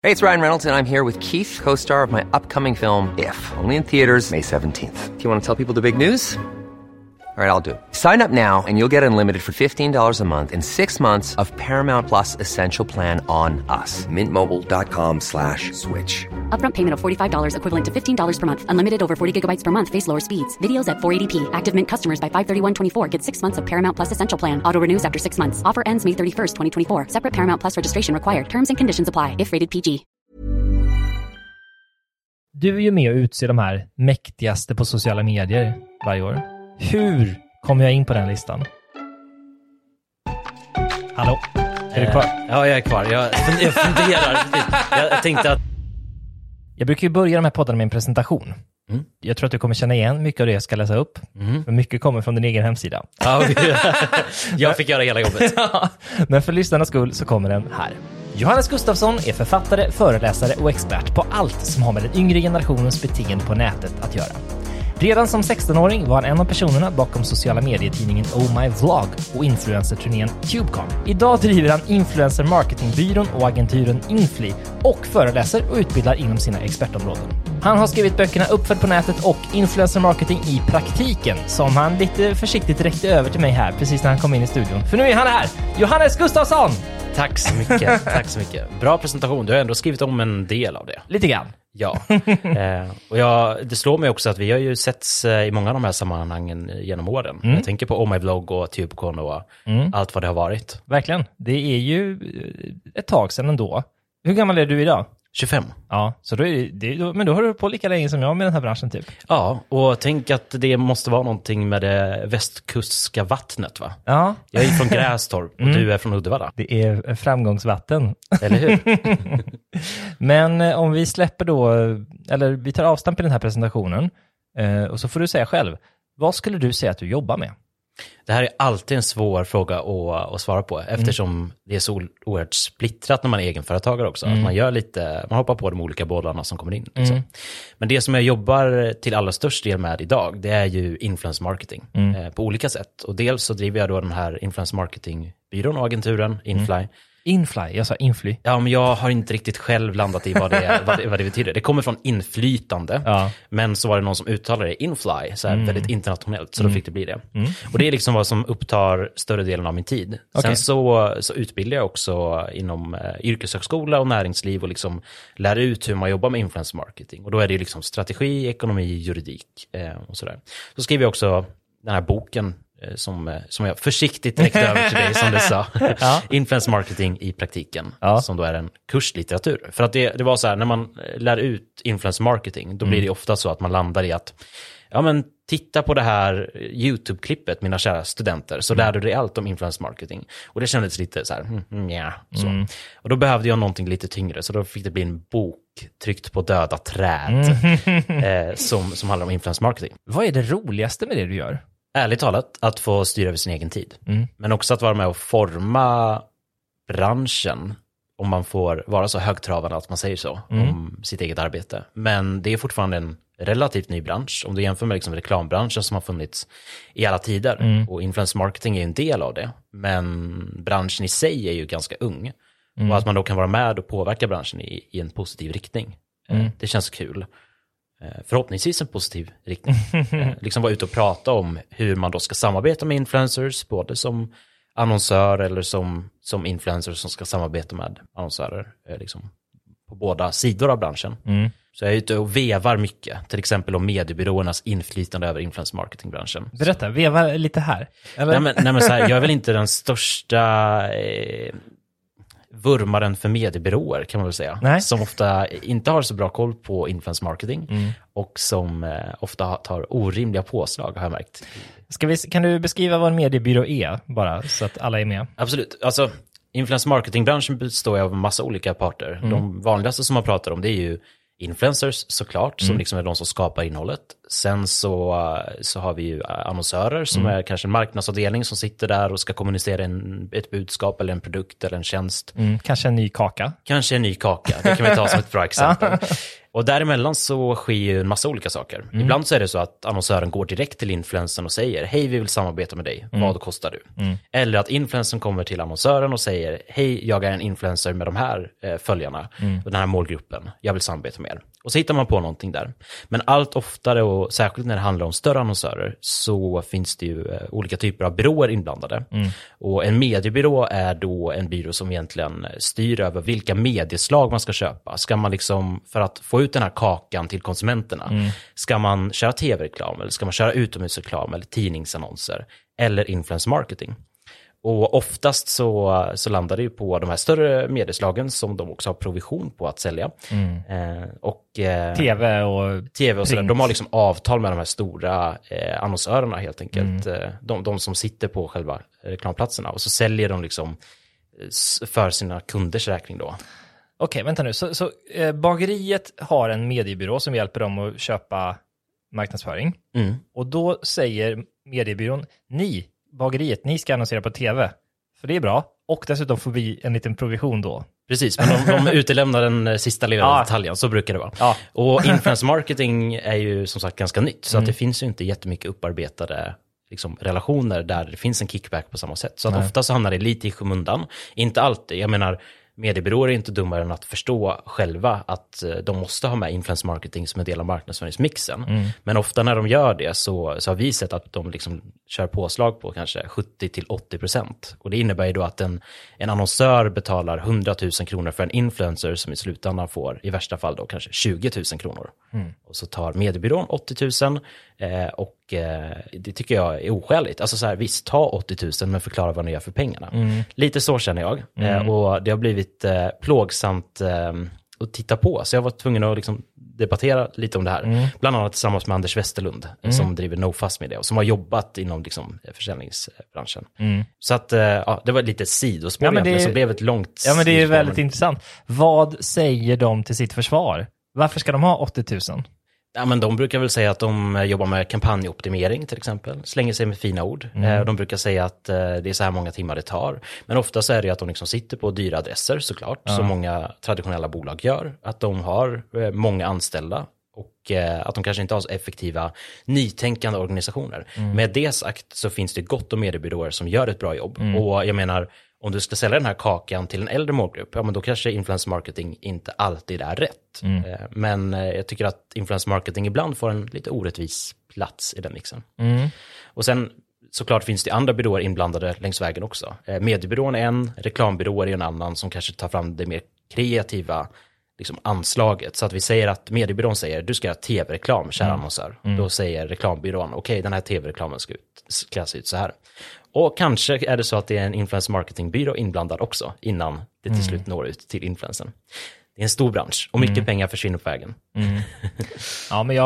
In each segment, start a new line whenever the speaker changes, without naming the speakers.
Hey, it's Ryan Reynolds, and I'm here with Keith, co-star of my upcoming film, If, only in theaters May 17th. Do you want to tell people the big news? All right, I'll do it. Sign up now and you'll get unlimited for $15 a month and 6 months of Paramount Plus Essential Plan on us. MintMobile.com/switch.
Upfront payment of $45 equivalent to $15 per month. Unlimited over 40 gigabytes per month. Face lower speeds. Videos at 480p. Active Mint customers by 531.24 get 6 months of Paramount Plus Essential Plan. Auto renews after 6 months. Offer ends May 31st, 2024. Separate Paramount Plus registration required. Terms and conditions apply if rated PG.
Du är ju med och utser de här mäktigaste på sociala medier varje år. Hur kommer jag in på den listan? Hallå? Är du kvar?
Ja, jag är kvar. Jag funderar. Jag tänkte att...
Jag brukar ju börja de här poddarna med en presentation.
Mm.
Jag tror att du kommer känna igen mycket av det jag ska läsa upp. För mycket kommer från din egen hemsida.
Ja, jag fick göra hela jobbet.
Ja, men för lyssnarnas skull så kommer den här. Johannes Gustafsson är författare, föreläsare och expert på allt som har med den yngre generationens beteende på nätet att göra. Redan som 16-åring var han en av personerna bakom sociala medietidningen Oh My Vlog och influencerturnén Tubecon. Idag driver han influencer marketingbyrån och agenturen Infly och föreläser och utbildar inom sina expertområden. Han har skrivit böckerna Uppfödd på nätet och Influencer marketing i praktiken, som han lite försiktigt räckte över till mig här precis när han kom in i studion. För nu är han här, Johannes Gustafsson!
Tack så mycket, tack så mycket. Bra presentation, du har ändå skrivit om en del av det.
Lite grann.
Ja, och det slår mig också att vi har ju setts i många av de här sammanhangen genom åren. Jag tänker på Oh My Vlog och Tubecon och allt vad det har varit.
Verkligen, det är ju ett tag sedan ändå. Hur gammal är du idag?
25.
Ja, så men då har du på lika länge som jag med den här branschen typ.
Ja, och tänk att det måste vara någonting med det västkustska vattnet, va?
Ja.
Jag är från Grästorp och du är från Uddevalla.
Det är framgångsvatten.
Eller hur?
Men om vi släpper då, eller vi tar avstamp i den här presentationen och så får du säga själv, vad skulle du säga att du jobbar med?
Det här är alltid en svår fråga att svara på eftersom det är så oerhört splittrat när man är egenföretagare också. Att man gör lite, man hoppar på de olika bollarna som kommer in. Liksom. Men det som jag jobbar till allra störst del med idag, det är ju influence marketing på olika sätt. Och dels så driver jag då den här influence marketingbyrån och agenturen Infly.
Infly, jag sa Infly.
Ja, men jag har inte riktigt själv landat i vad det betyder. Det kommer från inflytande, men så var det någon som uttalade det Infly, så här väldigt internationellt, så då fick det bli det. Och det är liksom vad som upptar större delen av min tid.
Okay.
Sen så utbildar jag också inom yrkeshögskola och näringsliv och liksom lär ut hur man jobbar med influence marketing. Och då är det ju liksom strategi, ekonomi, juridik och sådär. Så skriver jag också den här boken som jag försiktigt räckte över till dig, som du sa. Influence marketing i praktiken, som då är en kurslitteratur. För att det var så här, när man lär ut influence marketing, då blir det ofta så att man landar i att titta på det här YouTube-klippet, mina kära studenter, så lär du dig allt om influence marketing. Och det kändes lite så här, så. Och då behövde jag någonting lite tyngre, så då fick det bli en bok tryckt på döda träd som handlar om influence marketing.
Vad är det roligaste med det du gör?
Ärligt talat, att få styra över sin egen tid. Men också att vara med och forma branschen, om man får vara så högtravande att man säger så, om sitt eget arbete. Men det är fortfarande en relativt ny bransch. Om du jämför med liksom reklambranschen som har funnits i alla tider. Och influence marketing är en del av det. Men branschen i sig är ju ganska ung. Och att man då kan vara med och påverka branschen i en positiv riktning. Det känns kul. Förhoppningsvis en positiv riktning. Liksom vara ute och prata om hur man då ska samarbeta med influencers, både som annonsör eller som influencers som ska samarbeta med annonsörer liksom på båda sidor av branschen. Så jag är ute och vevar mycket, till exempel om mediebyråernas inflytande över influence marketingbranschen.
Berätta, veva lite här.
Nej men så här, jag är väl inte den största vurmaren för mediebyråer, kan man väl säga.
Nej.
Som ofta inte har så bra koll på influence marketing och som ofta tar orimliga påslag, har jag märkt.
Kan du beskriva vad en mediebyrå är, bara så att alla är med?
Absolut. Alltså, influence marketingbranschen består av en massa olika parter. De vanligaste som man pratar om, det är ju influencers såklart, som liksom är de som skapar innehållet. Sen så har vi ju annonsörer som är kanske en marknadsavdelning som sitter där och ska kommunicera ett budskap eller en produkt eller en tjänst.
Kanske en ny kaka.
Kanske en ny kaka, det kan vi ta som ett bra exempel. Och däremellan så sker ju en massa olika saker. Ibland så är det så att annonsören går direkt till influencern och säger hej, vi vill samarbeta med dig, vad kostar du? Eller att influencern kommer till annonsören och säger hej, jag är en influencer med de här följarna och den här målgruppen, jag vill samarbeta med er. Och så hittar man på någonting där. Men allt oftare, och särskilt när det handlar om större annonsörer, så finns det ju olika typer av byråer inblandade. Och en mediebyrå är då en byrå som egentligen styr över vilka medieslag man ska köpa. Ska man liksom, för att få ut den här kakan till konsumenterna, ska man köra tv-reklam eller ska man köra utomhusreklam eller tidningsannonser eller influencer marketing? Och oftast så landar det ju på de här större medieslagen som de också har provision på att sälja.
TV och
sådär. De har liksom avtal med de här stora annonsörerna helt enkelt. De som sitter på själva reklamplatserna. Och så säljer de liksom för sina kunders räkning då.
Okej, vänta nu. Så bageriet har en mediebyrå som hjälper dem att köpa marknadsföring. Och då säger mediebyrån, bageriet, ni ska annonsera på tv. För det är bra. Och dessutom får vi en liten provision då.
Precis, men de utelämnar den sista lilla detaljen, så brukar det vara. Ja. Och influencer marketing är ju som sagt ganska nytt, så att det finns ju inte jättemycket upparbetade liksom, relationer där det finns en kickback på samma sätt. Så att ofta så hamnar det lite i skymundan. Inte alltid, jag menar, mediebyråer är inte dummare än att förstå själva att de måste ha med influencer marketing som en del av marknadsföringsmixen. Men ofta när de gör det så har vi sett att de liksom kör påslag på kanske 70-80%. Och det innebär ju då att en annonsör betalar 100 000 kronor för en influencer som i slutändan får i värsta fall då kanske 20 000 kronor. Och så tar mediebyrån 80 000 och det tycker jag är oskäligt. Alltså så här, visst, ta 80 000 men förklara vad ni gör för pengarna. Lite så känner jag. Och det har blivit plågsamt att titta på. Så jag var tvungen att liksom debattera lite om det här. Bland annat tillsammans med Anders Westerlund som driver NoFast Media och som har jobbat inom liksom, försäljningsbranschen. Så att det var lite sidospår egentligen som blev ett långt...
Ja, men det är väldigt intressant. Vad säger de till sitt försvar? Varför ska de ha 80 000?
Ja, men de brukar väl säga att de jobbar med kampanjoptimering till exempel. Slänger sig med fina ord. De brukar säga att det är så här många timmar det tar. Men ofta så är det att de liksom sitter på dyra adresser såklart. Som många traditionella bolag gör. Att de har många anställda. Och att de kanske inte har så effektiva nytänkande organisationer. Med det sagt så finns det gott om mediebyråer som gör ett bra jobb. Och jag menar, om du ska sälja den här kakan till en äldre målgrupp, ja men då kanske influencer marketing inte alltid är rätt. Men jag tycker att influencer marketing ibland får en lite orättvis plats i den mixen. Och sen såklart finns det andra byråer inblandade längs vägen också. Mediebyrån är en, reklambyråer är en annan som kanske tar fram det mer kreativa liksom anslaget. Så att vi säger att mediebyrån säger du ska göra tv-reklam, kära annonsör. Då säger reklambyrån, okej, den här tv-reklamen ska kläs ut så här. Och kanske är det så att det är en influencer marketingbyrå inblandad också innan det till slut når ut till influencern. Det är en stor bransch och mycket pengar försvinner på vägen.
Ja, men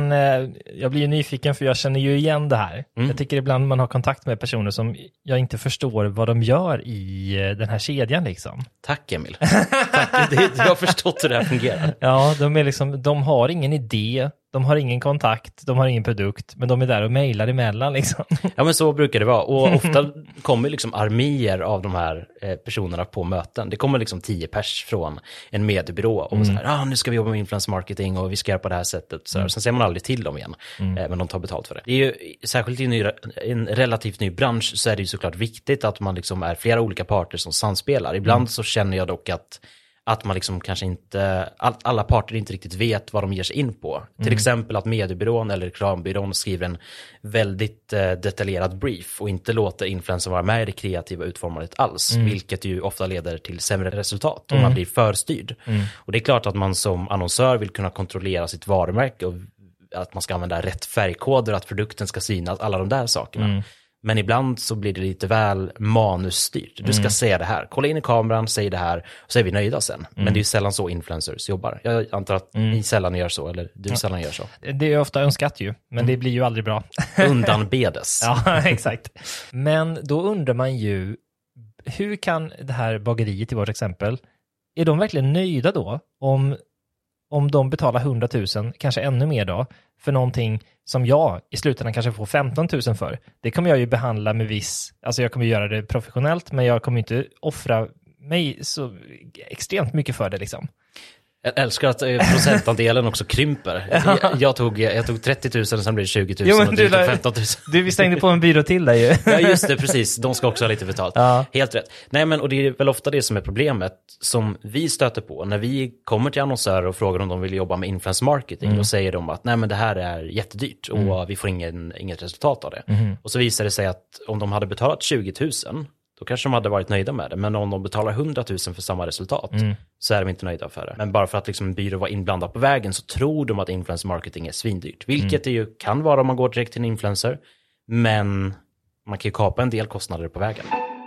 jag blir ju nyfiken för jag känner ju igen det här. Jag tycker ibland man har kontakt med personer som jag inte förstår vad de gör i den här kedjan liksom.
Tack Emil. Tack. Du har förstått hur det här fungerar.
Ja, de har ingen idé. De har ingen kontakt, de har ingen produkt, men de är där och mejlar emellan liksom. Ja,
men så brukar det vara. Och ofta kommer liksom arméer av de här personerna på möten. Det kommer liksom 10 pers från en mediebyrå och så här, nu ska vi jobba med influencer marketing och vi ska göra på det här sättet. Så här. Sen ser man aldrig till dem igen, men de tar betalt för det. Det är ju, särskilt i en relativt ny bransch så är det ju såklart viktigt att man liksom är flera olika parter som samspelar. Ibland så känner jag dock att man liksom kanske inte, alla parter inte riktigt vet vad de ger sig in på. Till exempel att mediebyrån eller reklambyrån skriver en väldigt detaljerad brief och inte låter influencer vara med i det kreativa utformandet alls, vilket ju ofta leder till sämre resultat om man blir förstyrd. Och det är klart att man som annonsör vill kunna kontrollera sitt varumärke och att man ska använda rätt färgkoder, att produkten ska synas, alla de där sakerna. Men ibland så blir det lite väl manusstyrt. Du ska säga det här. Kolla in i kameran, säg det här. Och så är vi nöjda sen. Men det är ju sällan så influencers jobbar. Jag antar att ni sällan gör så. Eller du sällan gör så.
Det är ofta önskat ju. Men det blir ju aldrig bra.
Undanbedes.
Ja, exakt. Men då undrar man ju. Hur kan det här bageriet i vårt exempel. Är de verkligen nöjda då? Om de betalar 100 000, kanske ännu mer då, för någonting som jag i slutändan kanske får 15 000 för. Det kommer jag ju behandla med alltså jag kommer göra det professionellt, men jag kommer inte offra mig så extremt mycket för det liksom.
Jag älskar att procentandelen också krymper. Jag tog 30 000, sen blir det 20 000 och du tog 15 000.
Vi stängde på en byrå till där ju.
Ja, just det, precis. De ska också ha lite betalt.
Ja.
Helt rätt. Nej, men och det är väl ofta det som är problemet som vi stöter på när vi kommer till annonsörer och frågar om de vill jobba med influencer marketing. Då säger de att nej, men det här är jättedyrt och vi får inget resultat av det. Och så visar det sig att om de hade betalat 20 000, då kanske de hade varit nöjda med det. Men om de betalar 100 000 för samma resultat så är de inte nöjda för det. Men bara för att liksom en byrå var inblandad på vägen så tror de att influencer marketing är svindyrt. Vilket det ju kan vara om man går direkt till en influencer. Men man kan ju kapa en del kostnader på vägen.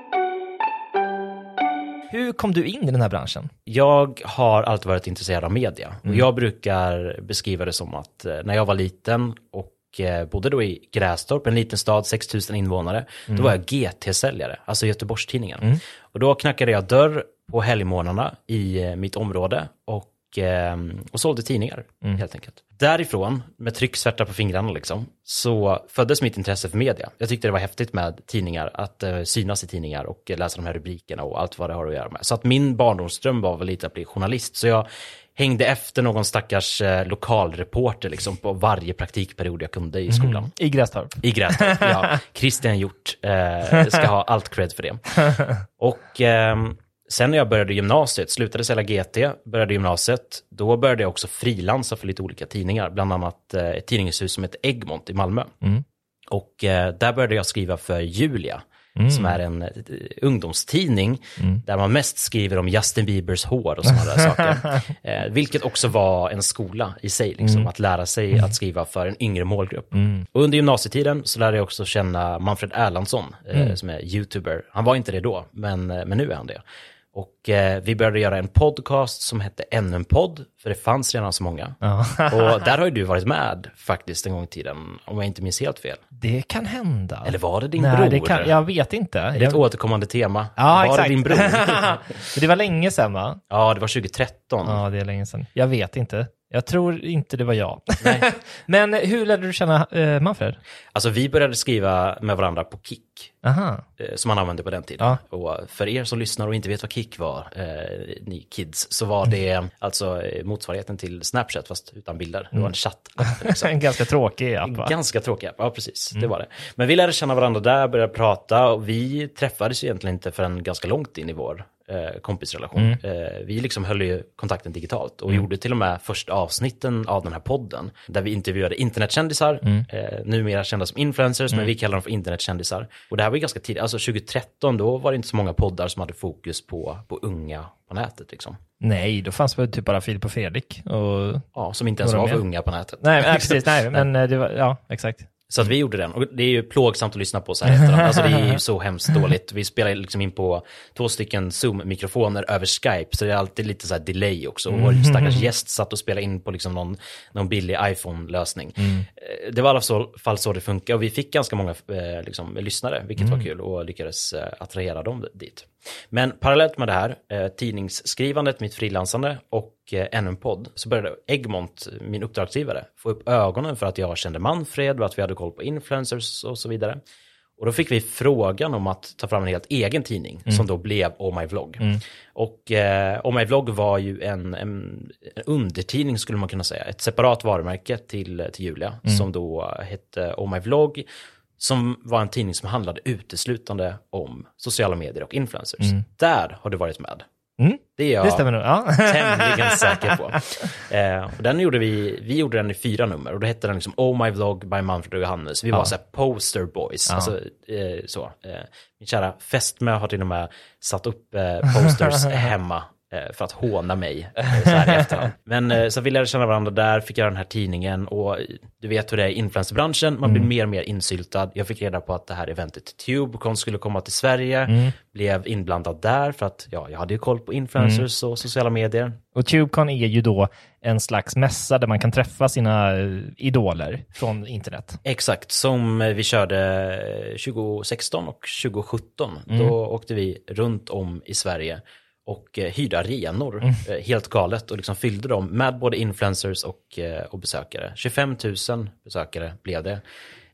Hur kom du in i den här branschen?
Jag har alltid varit intresserad av media. Och jag brukar beskriva det som att när jag var liten och bodde då i Grästorp, en liten stad, 6 000 invånare. Då var jag GT-säljare, alltså Göteborgstidningen. Och då knackade jag dörr på helgmånaderna i mitt område och sålde tidningar, helt enkelt. Därifrån, med trycksvärta på fingrarna liksom, så föddes mitt intresse för media. Jag tyckte det var häftigt med tidningar, att synas i tidningar och läsa de här rubrikerna och allt vad det har att göra med. Så att min barndomsdröm var väl lite att bli journalist. Så jag hängde efter någon stackars lokalreporter liksom, på varje praktikperiod jag kunde i skolan.
I Grästorp?
I Grästorp, ja. Christian Hjort ska ha allt cred för det. Och sen när jag började gymnasiet, slutade sälja GT, började gymnasiet, då började jag också frilansa för lite olika tidningar. Bland annat ett tidningshus som heter Egmont i Malmö. Och där började jag skriva för Julia. Som är en ungdomstidning där man mest skriver om Justin Biebers hår och sådana där saker. Vilket också var en skola i sig, liksom, att lära sig att skriva för en yngre målgrupp. Och under gymnasietiden så lärde jag också känna Manfred Erlandsson som är YouTuber. Han var inte det då, men nu är han det. Och vi började göra en podcast som hette Ännu en podd, för det fanns redan så många. Och där har ju du varit med faktiskt en gång i tiden, om jag inte minns helt fel.
Det kan hända.
Eller var det din bror?
Jag vet inte.
Är det ett återkommande tema?
Ja,
var
exakt.
Det din bror?
Det var länge sedan, va?
Ja, det var 2013.
Ja, det är länge sedan. Jag vet inte. Jag tror inte det var jag. Nej. Men hur lärde du känna Manfred?
Alltså vi började skriva med varandra på Kik.
Aha.
Som man använde på den tiden. Ja. Och för er som lyssnar och inte vet vad Kik var, ni kids, så var det alltså motsvarigheten till Snapchat fast utan bilder. Det var en chattapp. Liksom.
En ganska tråkig app, va?
Ganska tråkig app, ja precis. Det var det. Men vi lärde känna varandra där, började prata och vi träffades egentligen inte förrän ganska långt in i vår kompisrelation. Vi liksom höll ju kontakten digitalt och gjorde till och med första avsnitten av den här podden där vi intervjuade internetkändisar, numera kända som influencers, men vi kallar dem för internetkändisar. Och det här var ju ganska tidigt, alltså 2013, då var det inte så många poddar som hade fokus på unga på nätet liksom.
Nej, då fanns väl typ bara Filip och Fredrik. Och
ja, som inte ens var för unga på nätet.
Nej, precis, nej, men det var, ja, exakt.
Så att vi gjorde den. Och det är ju plågsamt att lyssna på så här efterhand. Alltså det är ju så hemskt dåligt. Vi spelar liksom in på 2 stycken Zoom-mikrofoner över Skype. Så det är alltid lite så här delay också. Och vår stackars gäst satt och spelade in på liksom någon billig iPhone-lösning. Det var i alla fall så det funkar. Och vi fick ganska många liksom, lyssnare, vilket var kul. Och lyckades attrahera dem dit. Men parallellt med det här, tidningsskrivandet, mitt frilansande och ännu en podd, så började Egmont, min uppdragsgivare, få upp ögonen för att jag kände Manfred och att vi hade koll på influencers och så vidare. Och då fick vi frågan om att ta fram en helt egen tidning som då blev Oh My Vlog. Och Oh My Vlog var ju en undertidning skulle man kunna säga. Ett separat varumärke till Julia som då hette Oh My Vlog, som var en tidning som handlade uteslutande om sociala medier och influencers. Där har du varit med. Det är jag tämligen säker på. Och den gjorde vi gjorde den i 4 nummer. Och då hette den liksom Oh My Vlog by Manfred och Johannes. Vi var så här poster boys. Alltså, min kära fästmö har till och med satt upp posters hemma för att håna mig så här i efterhand. Men så vi lärde känna varandra där, fick göra den här tidningen och du vet hur det är i influencerbranschen, man blir mer och mer insyltad. Jag fick reda på att det här eventet Tubecon skulle komma till Sverige, blev inblandad där för att jag hade ju koll på influencers och sociala medier. Och
Tubecon är ju då en slags mässa där man kan träffa sina idoler från internet.
Exakt, som vi körde 2016 och 2017. Då åkte vi runt om i Sverige och hyrde arenor helt galet och liksom fyllde dem med både influencers och besökare. 25 000 besökare blev det.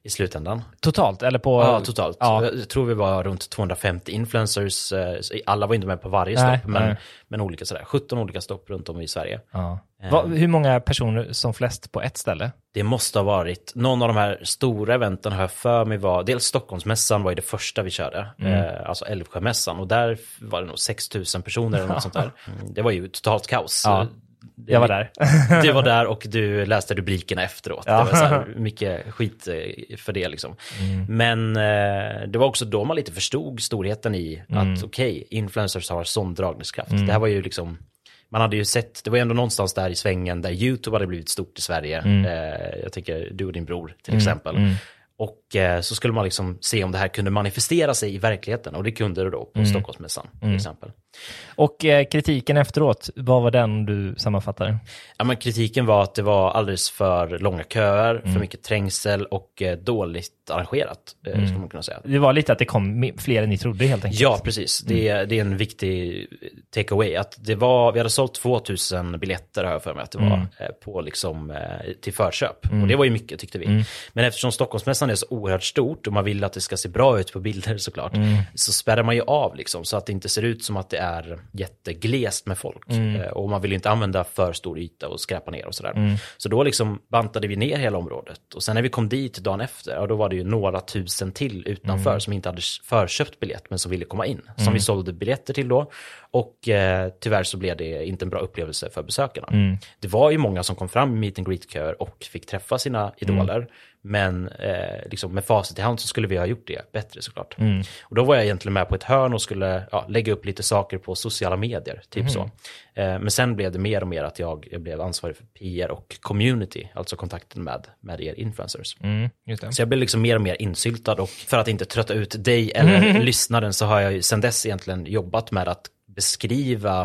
i slutändan.
Totalt? Eller på...
Ja, totalt.
Ja.
Jag tror vi var runt 250 influencers. Alla var inte med på varje stopp, men olika sådär. 17 olika stopp runt om i Sverige.
Ja. Hur många personer som flest på ett ställe?
Det måste ha varit, någon av de här stora eventen har jag för mig var, dels Stockholmsmässan var ju det första vi körde, alltså Älvsjömässan, och där var det nog 6 000 personer eller något sånt där. Det var ju totalt kaos.
Ja. Jag var där.
Du var där och du läste rubrikerna efteråt. Ja. Det var så här mycket skit för det liksom. Men det var också då man lite förstod storheten i att okej, influencers har sån dragningskraft. Det här var ju liksom, man hade ju sett, det var ju ändå någonstans där i svängen där YouTube hade blivit stort i Sverige. Jag tänker du och din bror till exempel. Och så skulle man liksom se om det här kunde manifestera sig i verkligheten. Och det kunde det då på Stockholmsmässan till exempel.
Och kritiken efteråt, vad var den du sammanfattar?
Ja, men kritiken var att det var alldeles för långa köer, för mycket trängsel och dåligt arrangerat, ska man kunna säga.
Det var lite att det kom fler än ni trodde helt enkelt.
Ja, precis. Det är en viktig takeaway. Att vi hade sålt 2000 biljetter här för mig att det var på liksom, till förköp. Och det var ju mycket tyckte vi. Men eftersom Stockholmsmässan är så oerhört stort och man vill att det ska se bra ut på bilder såklart, så spärrar man ju av liksom, så att det inte ser ut som att det är jätteglest med folk. Och man vill ju inte använda för stor yta och skräpa ner och sådär. Så då liksom bantade vi ner hela området. Och sen när vi kom dit dagen efter, ja, då var det ju några tusen till utanför som inte hade förköpt biljett men som ville komma in. Som vi sålde biljetter till då. Och tyvärr så blev det inte en bra upplevelse för besökarna. Det var ju många som kom fram i meet and greet-köer och fick träffa sina idoler. Men liksom med facit i hand så skulle vi ha gjort det bättre såklart. Och då var jag egentligen med på ett hörn och skulle lägga upp lite saker på sociala medier, typ så. Men sen blev det mer och mer att jag blev ansvarig för PR och community, alltså kontakten med er influencers.
Just det.
Så jag blev liksom mer och mer insyltad, och för att inte trötta ut dig eller lyssnaren så har jag ju sedan dess egentligen jobbat med att beskriva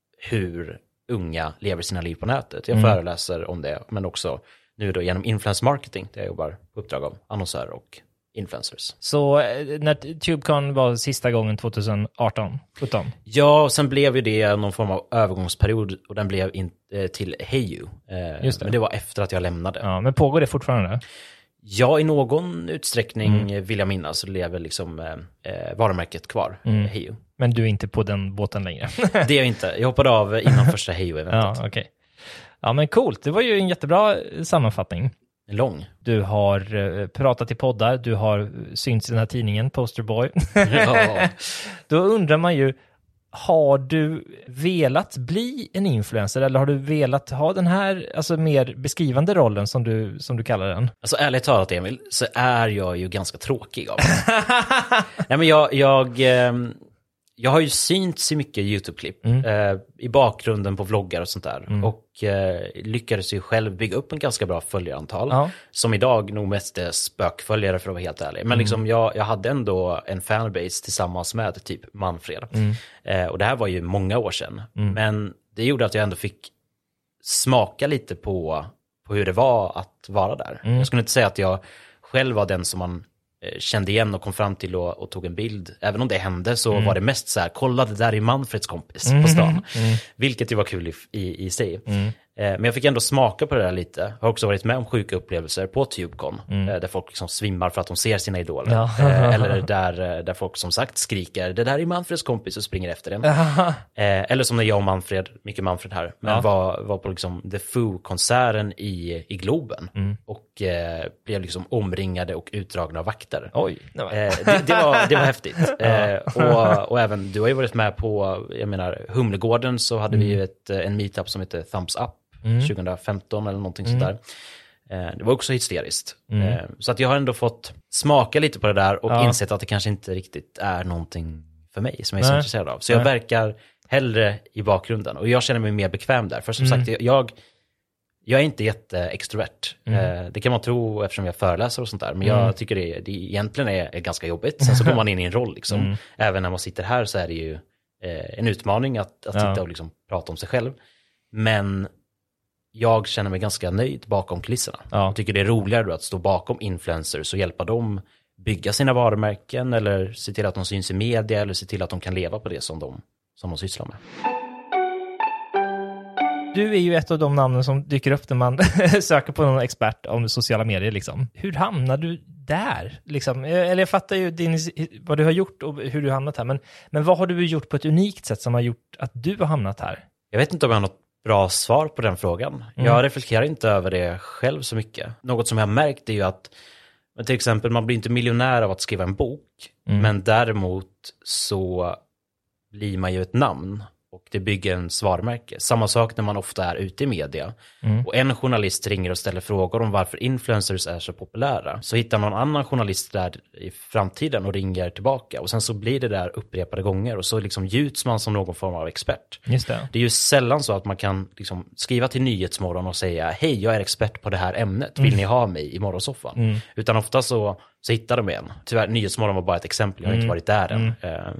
hur unga lever sina liv på nätet. Jag föreläser om det, men också nu då genom influence marketing där jag jobbar på uppdrag av annonsörer och influencers.
Så när TubeCon var sista gången 2018, 17?
Ja, och sen blev ju det någon form av övergångsperiod och den blev till Heyu.
Just det.
Men det var efter att jag lämnade.
Ja, men pågår det fortfarande?
Ja, i någon utsträckning vill jag minnas så lever liksom varumärket kvar, Heyu.
Men du är inte på den båten längre?
Det är jag inte. Jag hoppade av innan första Heyu-eventet.
Ja, okej. Ja, men coolt. Det var ju en jättebra sammanfattning.
Lång.
Du har pratat i poddar, du har synts i den här tidningen, Posterboy.
Ja.
Då undrar man ju, har du velat bli en influencer eller har du velat ha den här alltså mer beskrivande rollen som du kallar den?
Alltså ärligt talat Emil, så är jag ju ganska tråkig av Nej, men jag har ju synts i mycket YouTube-klipp i bakgrunden på vloggar och sånt där. Och lyckades ju själv bygga upp en ganska bra följarantal. Som idag nog mest är spökföljare för att vara helt ärlig. Men liksom jag hade ändå en fanbase tillsammans med typ Manfred. Och det här var ju många år sedan. Men det gjorde att jag ändå fick smaka lite på hur det var att vara där. Jag skulle inte säga att jag själv var den som man kände igen och kom fram till och tog en bild. Även om det hände så var det mest så här, kolla det där är Manfreds kompis på stan. Vilket ju var kul i sig. Men jag fick ändå smaka på det där lite. Jag har också varit med om sjuka upplevelser på TubeCon. Där folk liksom svimmar för att de ser sina idoler. Ja. Eller där folk som sagt skriker, det där är Manfreds kompis och springer efter den. Eller som när jag och Manfred, mycket Manfred här, men var på liksom The Foo-konserten i Globen. Och blev liksom omringade och utdragna av vakter.
Oj.
Det var häftigt. Och även, du har ju varit med på, jag menar, Humlegården så hade vi ju en meetup som heter Thumbs Up 2015 eller någonting sånt där. Det var också hysteriskt. Så att jag har ändå fått smaka lite på det där och insett att det kanske inte riktigt är någonting för mig som jag är så intresserad av. Så jag verkar hellre i bakgrunden och jag känner mig mer bekväm där. För som sagt, jag är inte jätteextrovert. Det kan man tro eftersom jag föreläser och sånt där. Men jag tycker det egentligen är ganska jobbigt. Sen så går man in i en roll liksom. Även när man sitter här så är det ju en utmaning att sitta och liksom prata om sig själv. Men jag känner mig ganska nöjd bakom kulisserna. Jag tycker det är roligare då att stå bakom influencers och hjälpa dem bygga sina varumärken eller se till att de syns i media eller se till att de kan leva på det som de sysslar med.
Du är ju ett av de namnen som dyker upp när man söker på någon expert om sociala medier. Liksom. Hur hamnar du där? Liksom? Eller jag fattar ju vad du har gjort och hur du har hamnat här. Men vad har du gjort på ett unikt sätt som har gjort att du har hamnat här?
Jag vet inte om jag har något bra svar på den frågan. Jag reflekterar inte över det själv så mycket. Något som jag har märkt är ju att till exempel man blir inte miljonär av att skriva en bok. Men däremot så blir man ju ett namn. Och det bygger en svarmärke. Samma sak när man ofta är ute i media. Och en journalist ringer och ställer frågor om varför influencers är så populära. Så hittar någon annan journalist där i framtiden och ringer tillbaka. Och sen så blir det där upprepade gånger. Och så liksom gjuts man som någon form av expert.
Just det.
Det är ju sällan så att man kan liksom skriva till Nyhetsmorgon och säga hej, jag är expert på det här ämnet. Vill ni ha mig i morgonsoffan? Utan ofta så hittar de en. Tyvärr, Nyhetsmorgon var bara ett exempel. Jag har inte varit där än.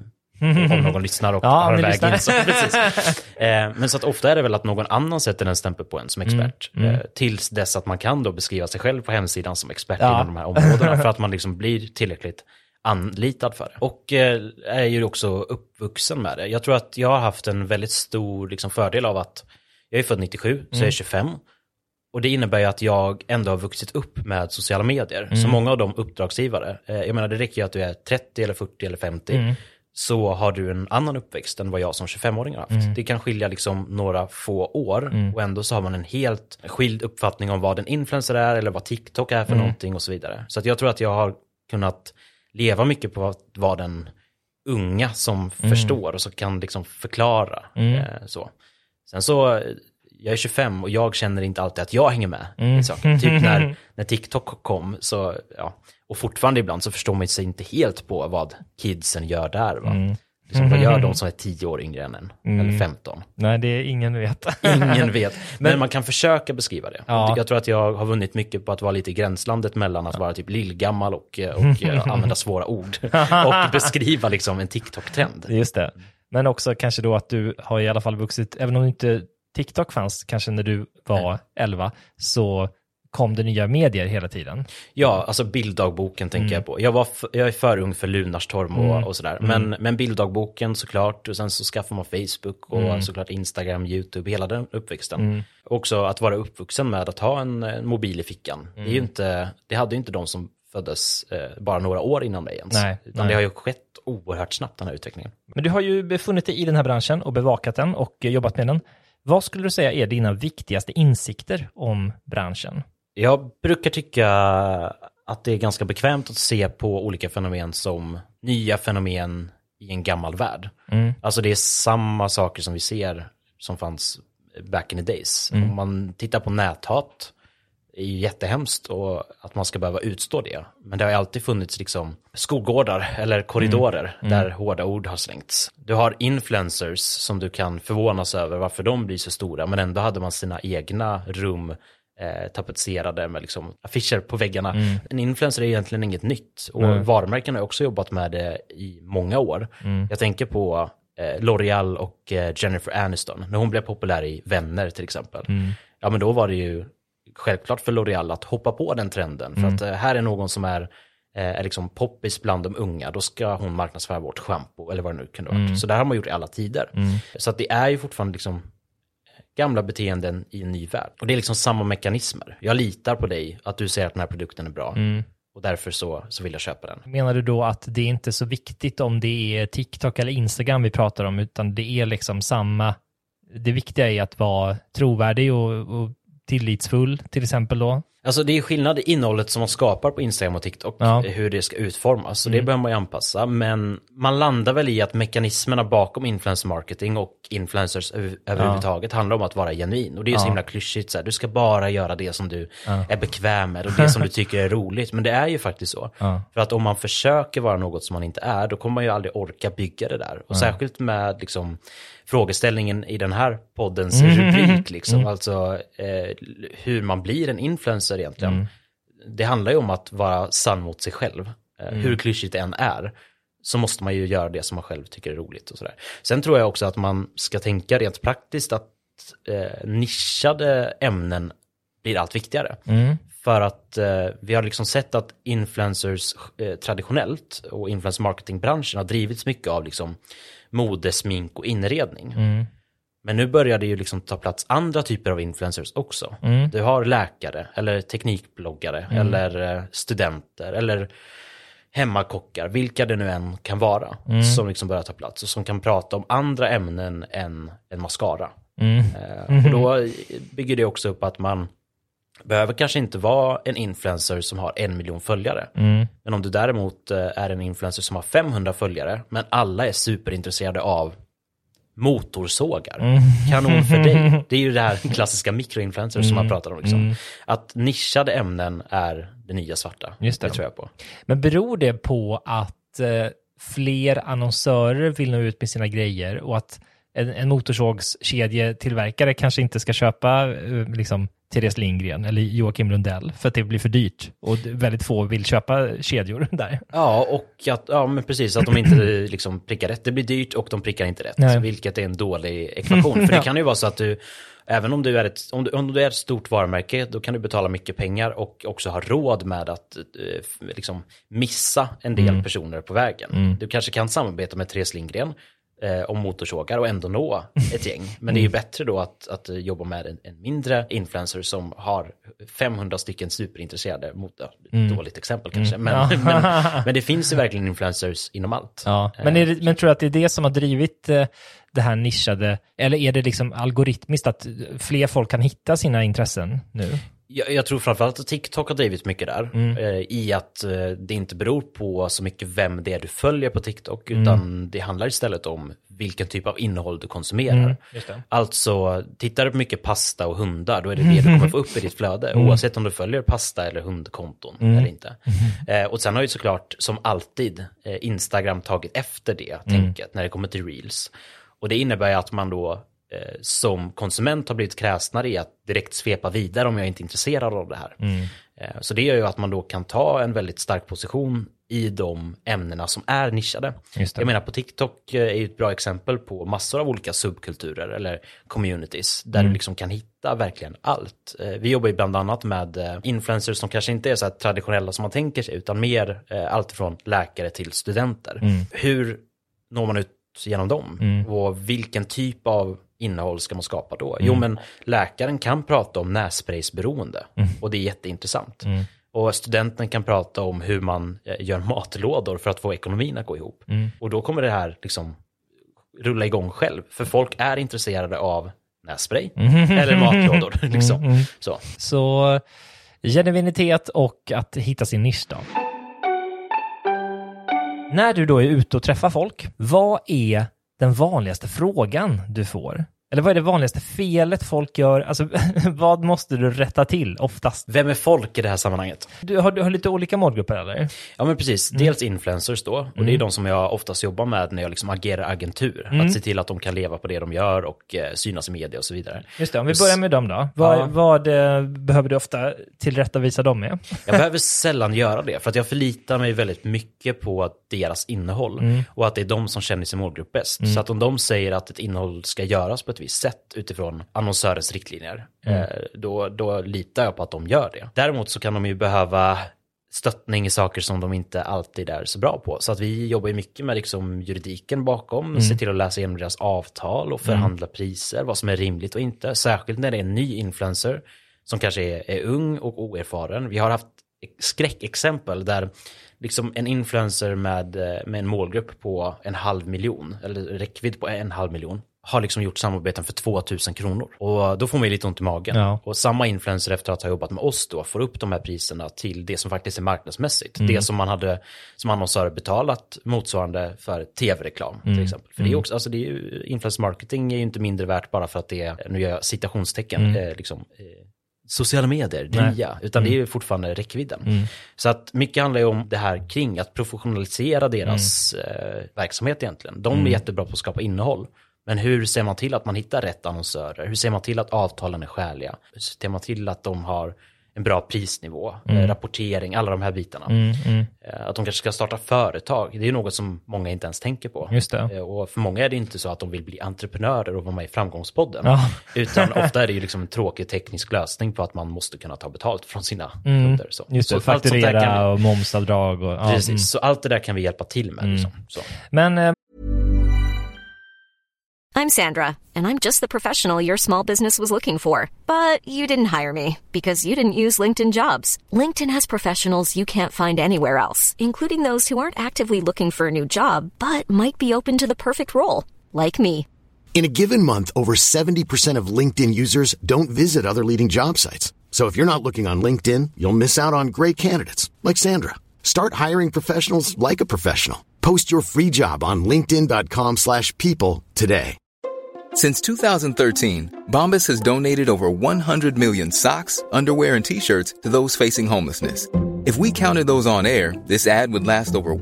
Om någon lyssnar och har en väg in. Så, precis. Men så att ofta är det väl att någon annan sätter en stämpel på en som expert. Tills dess att man kan då beskriva sig själv på hemsidan som expert inom de här områdena. För att man liksom blir tillräckligt anlitad för det. Och är ju också uppvuxen med det. Jag tror att jag har haft en väldigt stor liksom, fördel av att jag är född 97, så jag är 25. Och det innebär ju att jag ändå har vuxit upp med sociala medier. Så många av de uppdragsgivare, jag menar det räcker ju att du är 30 eller 40 eller 50. Så har du en annan uppväxt än vad jag som 25-åring har haft. Det kan skilja liksom några få år och ändå så har man en helt skild uppfattning om vad en influencer är eller vad TikTok är för någonting och så vidare. Så att jag tror att jag har kunnat leva mycket på att vara den unga som förstår och så kan liksom förklara så. Sen så, jag är 25 och jag känner inte alltid att jag hänger med i saker. Typ när TikTok kom så, ja. Och fortfarande ibland så förstår man sig inte helt på vad kidsen gör där. Va? Liksom, vad gör de som är 10 år yngre än en? Eller 15?
Nej, det är ingen vet.
Ingen vet. Men man kan försöka beskriva det. Ja. Jag tror att jag har vunnit mycket på att vara lite i gränslandet mellan att vara typ lillgammal och använda svåra ord. Och beskriva liksom en TikTok-trend.
Just det. Men också kanske då att du har i alla fall vuxit, även om inte TikTok fanns kanske när du var 11, så kom det nya medier hela tiden. Ja,
alltså bilddagboken tänker jag på. Jag är för ung för Lunarstorm och sådär. Men bilddagboken såklart. Och sen så skaffar man Facebook och såklart Instagram, YouTube, hela den uppväxten. Också att vara uppvuxen med att ha en mobil i fickan. Det är ju inte, det hade ju inte de som föddes bara några år innan mig ens. Utan det har ju skett oerhört snabbt den här utvecklingen.
Men du har ju befunnit dig i den här branschen och bevakat den och jobbat med den. Vad skulle du säga är dina viktigaste insikter om branschen?
Jag brukar tycka att det är ganska bekvämt att se på olika fenomen som nya fenomen i en gammal värld. Alltså det är samma saker som vi ser som fanns back in the days. Om man tittar på näthat är ju jättehemskt och att man ska behöva utstå det. Men det har ju alltid funnits liksom skolgårdar eller korridorer där hårda ord har slängts. Du har influencers som du kan förvånas över varför de blir så stora, men ändå hade man sina egna rum tapetserade med liksom affischer på väggarna. En influencer är egentligen inget nytt och varumärken har också jobbat med det i många år. Jag tänker på L'Oreal och Jennifer Aniston när hon blev populär i Vänner till exempel. Ja, men då var det ju självklart för L'Oreal att hoppa på den trenden för att här är någon som är liksom poppis bland de unga, då ska hon marknadsföra vårt shampoo eller vad det nu kunde vara. Så där har man gjort i alla tider. Så att det är ju fortfarande liksom gamla beteenden i en ny värld. Och det är liksom samma mekanismer. Jag litar på dig att du säger att den här produkten är bra. Och därför så vill jag köpa den.
Menar du då att det är inte så viktigt om det är TikTok eller Instagram vi pratar om, utan det är liksom samma... Det viktiga är att vara trovärdig och tillitsfull till exempel då?
Alltså det är skillnad i innehållet som man skapar på Instagram och TikTok, hur det ska utformas. Så det behöver man ju anpassa. Men man landar väl i att mekanismerna bakom influencer marketing och influencers överhuvudtaget handlar om att vara genuin. Och det är så himla klyschigt. Så här, du ska bara göra det som du är bekväm med och det som du tycker är roligt. Men det är ju faktiskt så. För att om man försöker vara något som man inte är, då kommer man ju aldrig orka bygga det där. Och särskilt med liksom frågeställningen i den här poddens rubrik liksom, alltså hur man blir en influencer egentligen. Det handlar ju om att vara sann mot sig själv. Hur klyschigt det än är, så måste man ju göra det som man själv tycker är roligt och sådär. Sen tror jag också att man ska tänka rent praktiskt att nischade ämnen blir allt viktigare. För att vi har liksom sett att influencers traditionellt och influencer marketingbranschen har drivits mycket av liksom mode, smink och inredning. Men nu börjar det ju liksom ta plats andra typer av influencers också. Du har läkare eller teknikbloggare eller studenter eller hemmakockar, vilka det nu än kan vara, som liksom börjar ta plats och som kan prata om andra ämnen än mascara. Och då bygger det också upp att man behöver kanske inte vara en influencer som har 1 miljon följare. Men om du däremot är en influencer som har 500 följare, men alla är superintresserade av motorsågar. Kanon för dig. Det är ju det här klassiska mikroinfluencers som man pratar om. Liksom. Att nischade ämnen är det nya svarta.
Just det.
Det tror jag på.
Men beror det på att fler annonsörer vill nå ut med sina grejer och att en motorsågskedjetillverkare kanske inte ska köpa liksom Therese Lindgren eller Joakim Lundell för att det blir för dyrt och väldigt få vill köpa kedjor där.
Ja, och att, men precis, att de inte liksom prickar rätt. Det blir dyrt och de prickar inte rätt.
Nej.
Vilket är en dålig ekvation. För det kan ju vara så att du, även om du är om du är ett stort varumärke, då kan du betala mycket pengar och också ha råd med att liksom missa en del personer på vägen. Du kanske kan samarbeta med Therese Lindgren om motorsågar och ändå nå ett gäng. Men det är ju bättre då att jobba med en mindre influencer som har 500 stycken superintresserade dåligt exempel kanske. Men det finns ju verkligen influencers inom allt.
Ja. Men tror du att det är det som har drivit det här nischade, eller är det liksom algoritmiskt att fler folk kan hitta sina intressen nu?
Jag tror framförallt att TikTok har drivit mycket där i att det inte beror på så mycket vem det är du följer på TikTok utan det handlar istället om vilken typ av innehåll du konsumerar. Alltså, tittar du på mycket pasta och hundar, då är det det du kommer få upp i ditt flöde oavsett om du följer pasta eller hundkonton eller inte. Och sen har ju såklart som alltid Instagram tagit efter det tänket när det kommer till Reels. Och det innebär att man då som konsument har blivit kräsnare i att direkt svepa vidare om jag inte är intresserad av det här. Så det gör ju att man då kan ta en väldigt stark position i de ämnena som är nischade. Jag menar på TikTok är ju ett bra exempel på massor av olika subkulturer eller communities där du liksom kan hitta verkligen allt. Vi jobbar ju bland annat med influencers som kanske inte är så här traditionella som man tänker sig utan mer allt från läkare till studenter. Hur når man ut genom dem? Och vilken typ av innehåll ska man skapa då? Jo, men läkaren kan prata om nässpraysberoende och det är jätteintressant. Och studenten kan prata om hur man gör matlådor för att få ekonomin att gå ihop. Och då kommer det här liksom rulla igång själv. För folk är intresserade av nässpray eller matlådor. Liksom.
Så genuinitet och att hitta sin nisch då. När du då är ute och träffar folk, vad är den vanligaste frågan du får? Eller vad är det vanligaste felet folk gör? Alltså, vad måste du rätta till oftast?
Vem är folk i det här sammanhanget?
Du har lite olika målgrupper, eller?
Ja, men precis. Dels influencers då. Och det är de som jag oftast jobbar med när jag liksom agerar agentur. Att se till att de kan leva på det de gör och synas i media och så vidare.
Just det, om vi börjar med dem då. Vad behöver du ofta tillrättavisa dem med?
Jag behöver sällan göra det. För att jag förlitar mig väldigt mycket på deras innehåll. Och att det är de som känner sin målgrupp bäst. Så att om de säger att ett innehåll ska göras på ett visst sätt utifrån annonsörens riktlinjer, då litar jag på att de gör det. Däremot så kan de ju behöva stöttning i saker som de inte alltid är så bra på. Så att vi jobbar ju mycket med liksom juridiken bakom, se till att läsa igenom deras avtal och förhandla priser, vad som är rimligt och inte. Särskilt när det är en ny influencer som kanske är ung och oerfaren. Vi har haft skräckexempel där liksom en influencer med en målgrupp på 500 000 eller räckvidd på 500 000 har liksom gjort samarbeten för 2000 kronor. Och då får man ju lite ont i magen. Ja. Och samma influencer efter att ha jobbat med oss då får upp de här priserna till det som faktiskt är marknadsmässigt. Det som man hade som annonsör betalat motsvarande för tv-reklam till exempel. För det är också, alltså det är ju, influencer marketing är ju inte mindre värt bara för att det är, nu gör jag citationstecken, sociala medier, nya, utan det är ju fortfarande räckvidden. Så att mycket handlar ju om det här kring att professionalisera deras verksamhet egentligen. De är jättebra på att skapa innehåll. Men hur ser man till att man hittar rätt annonsörer? Hur ser man till att avtalen är skäliga? Hur ser man till att de har en bra prisnivå, rapportering, alla de här bitarna? Att de kanske ska starta företag, det är ju något som många inte ens tänker på.
Just det.
Och för många är det inte så att de vill bli entreprenörer och vara med i Framgångspodden. Utan ofta är det ju liksom en tråkig teknisk lösning på att man måste kunna ta betalt från sina kunder. Så.
Just det, fakturera och momsavdrag. Och,
precis, så allt det där kan vi hjälpa till med. Liksom. Så.
Men
I'm Sandra, and I'm just the professional your small business was looking for. But you didn't hire me because you didn't use LinkedIn Jobs. LinkedIn has professionals you can't find anywhere else, including those who aren't actively looking for a new job, but might be open to the perfect role, like me.
In a given month, over 70% of LinkedIn users don't visit other leading job sites. So if you're not looking on LinkedIn, you'll miss out on great candidates like Sandra. Start hiring professionals like a professional. Post your free job on linkedin.com/people today.
Since 2013, Bombas has donated over 100 million socks, underwear, and T-shirts to those facing homelessness. If we counted those on air, this ad would last over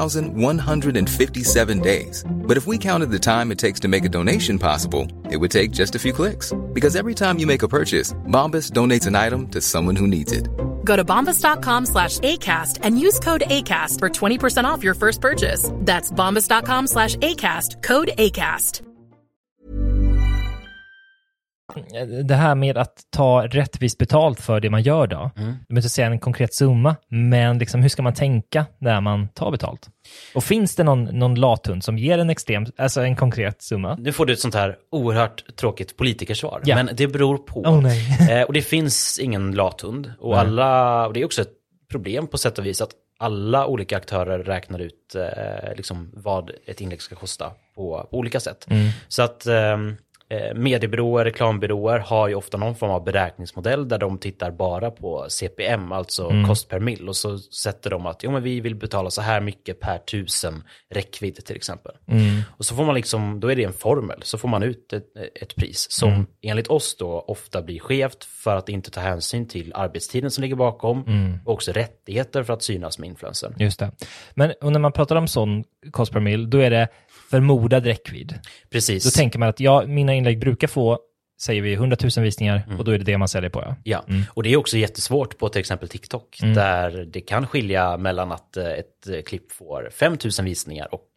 1,157 days. But if we counted the time it takes to make a donation possible, it would take just a few clicks. Because every time you make a purchase, Bombas donates an item to someone who needs it.
Go to bombas.com/ACAST and use code ACAST for 20% off your first purchase. That's bombas.com/ACAST, code ACAST.
Det här med att ta rättvist betalt för det man gör då. Du behöver inte säga en konkret summa, men liksom, hur ska man tänka när man tar betalt? Och finns det någon lathund som ger en konkret summa?
Nu får du ett sånt här oerhört tråkigt politikersvar, men det beror på. Och det finns ingen lathund. Och och det är också ett problem på sätt och vis att alla olika aktörer räknar ut liksom vad ett inlägg ska kosta på olika sätt. Så att mediebyråer, reklambyråer har ju ofta någon form av beräkningsmodell där de tittar bara på CPM, alltså kost per mil, och så sätter de att men vi vill betala så här mycket per 1000 räckvidd till exempel. Och så får man liksom, då är det en formel, så får man ut ett pris som enligt oss då ofta blir skevt för att inte ta hänsyn till arbetstiden som ligger bakom och också rättigheter för att synas med influencer.
Just det. Men och när man pratar om sån kost per mil, då är det förmodad räckvidd.
Precis.
Då tänker man att mina inlägg brukar få, säger vi, 100 000 visningar och då är det man säljer på.
Ja, och det är också jättesvårt på till exempel TikTok där det kan skilja mellan att ett klipp får 5 000 visningar och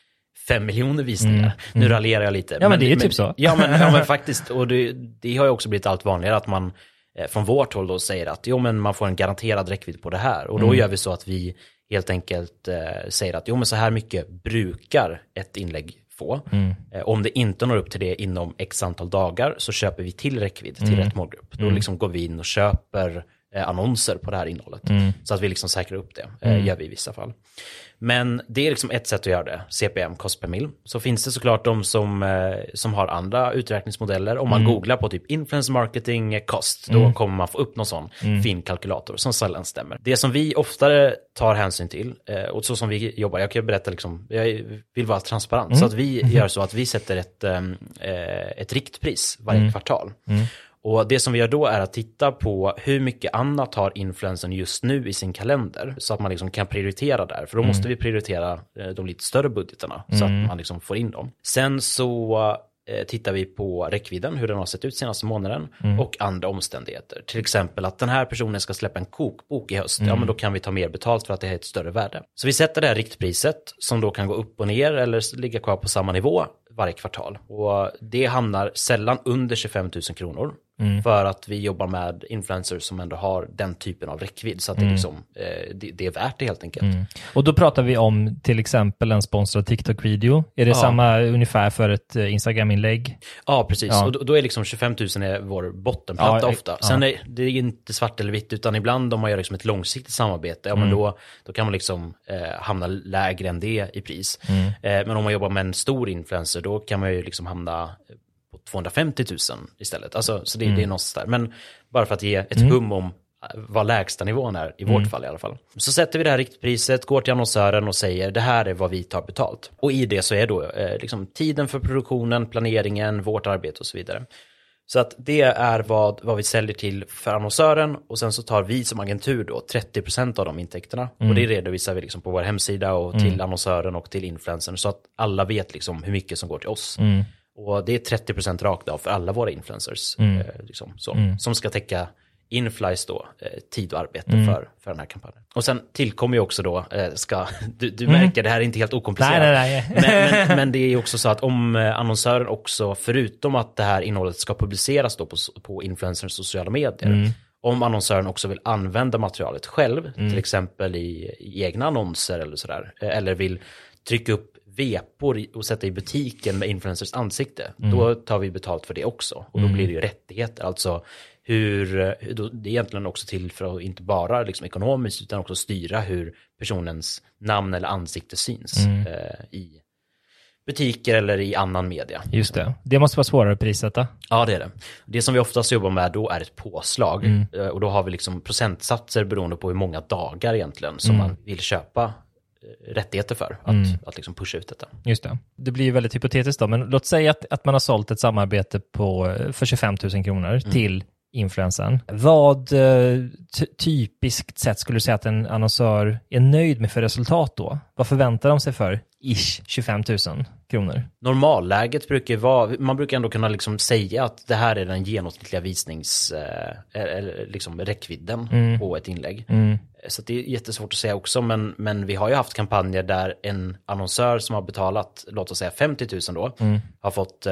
5 miljoner visningar. Nu raljerar jag lite.
Ja, men det är typ så.
Ja, men faktiskt, och det har ju också blivit allt vanligare att man från vårt håll då säger att men man får en garanterad räckvidd på det här. Och då gör vi så att vi helt enkelt säger att men så här mycket brukar ett inlägg få. Om det inte når upp till det inom x antal dagar så köper vi till räckvidd till rätt målgrupp. Då liksom går vi in och köper annonser på det här innehållet. Så att vi liksom säkrar upp det, gör vi i vissa fall. Men det är liksom ett sätt att göra det, CPM, kost per mil. Så finns det såklart de som har andra uträkningsmodeller. Om man googlar på typ influencer marketing kost, då kommer man få upp någon sån fin kalkylator som sällan stämmer. Det som vi oftare tar hänsyn till, och så som vi jobbar, jag kan berätta liksom, jag vill vara transparent, så att vi gör så att vi sätter ett riktpris varje kvartal. Och det som vi gör då är att titta på hur mycket annat har influencern just nu i sin kalender, så att man liksom kan prioritera där. För då måste vi prioritera de lite större budgetarna så att man liksom får in dem. Sen så tittar vi på räckvidden, hur den har sett ut senaste månaden och andra omständigheter. Till exempel att den här personen ska släppa en kokbok i höst. Ja, men då kan vi ta mer betalt för att det är ett större värde. Så vi sätter det här riktpriset som då kan gå upp och ner eller ligga kvar på samma nivå varje kvartal. Och det hamnar sällan under 25 000 kronor. För att vi jobbar med influencers som ändå har den typen av räckvidd, så att det, liksom, det är värt det helt enkelt.
Och då pratar vi om till exempel en sponsrad TikTok-video. Är det samma ungefär för ett Instagram-inlägg?
Ja, precis. Och då är liksom 25 000 är vår bottenplatta ofta. Sen är det inte svart eller vitt, utan ibland om man gör liksom ett långsiktigt samarbete, men då kan man liksom hamna lägre än det i pris. Men om man jobbar med en stor influencer, då kan man ju liksom hamna 250 000 istället. Alltså, så det är någonstans där. Men bara för att ge ett hum om vad lägsta nivån är, i vårt fall i alla fall. Så sätter vi det här riktpriset, går till annonsören och säger det här är vad vi tar betalt. Och i det så är då liksom tiden för produktionen, planeringen, vårt arbete och så vidare. Så att det är vad vi säljer till för annonsören, och sen så tar vi som agentur då 30% av de intäkterna. Och det redovisar vi liksom på vår hemsida och till annonsören och till influencern, så att alla vet liksom hur mycket som går till oss. Och det är 30% rakt av för alla våra influencers liksom, som ska täcka inflies då, tid och arbete för den här kampanjen. Och sen tillkommer ju också då, du märker, det här är inte helt okomplicerat. Nej. Men det är också så att om annonsören också, förutom att det här innehållet ska publiceras då på influencerns sociala medier, om annonsören också vill använda materialet själv, till exempel i egna annonser eller sådär, eller vill trycka upp vepor och sätta i butiken med influencers ansikte, då tar vi betalt för det också. Och då blir det ju rättigheter. Alltså det är egentligen också till för att inte bara liksom ekonomiskt utan också styra hur personens namn eller ansikte syns i butiker eller i annan media.
Just det. Det måste vara svårare att prissätta.
Ja, det är det. Det som vi oftast jobbar med då är ett påslag. Och då har vi liksom procentsatser beroende på hur många dagar egentligen som man vill köpa rättigheter för att liksom pusha ut detta.
Just det. Det blir ju väldigt hypotetiskt då, men låt säga att man har sålt ett samarbete för 25 000 kronor till influensen. Vad typiskt sett skulle du säga att en annonsör är nöjd med för resultat då? Vad förväntar de sig för 25 000 kronor? Normalläget
brukar vara, man brukar ändå kunna liksom säga att det här är den genomsnittliga liksom räckvidden på ett inlägg. Så det är jättesvårt att säga också, men vi har ju haft kampanjer där en annonsör som har betalat, låt oss säga 50 000 då, har fått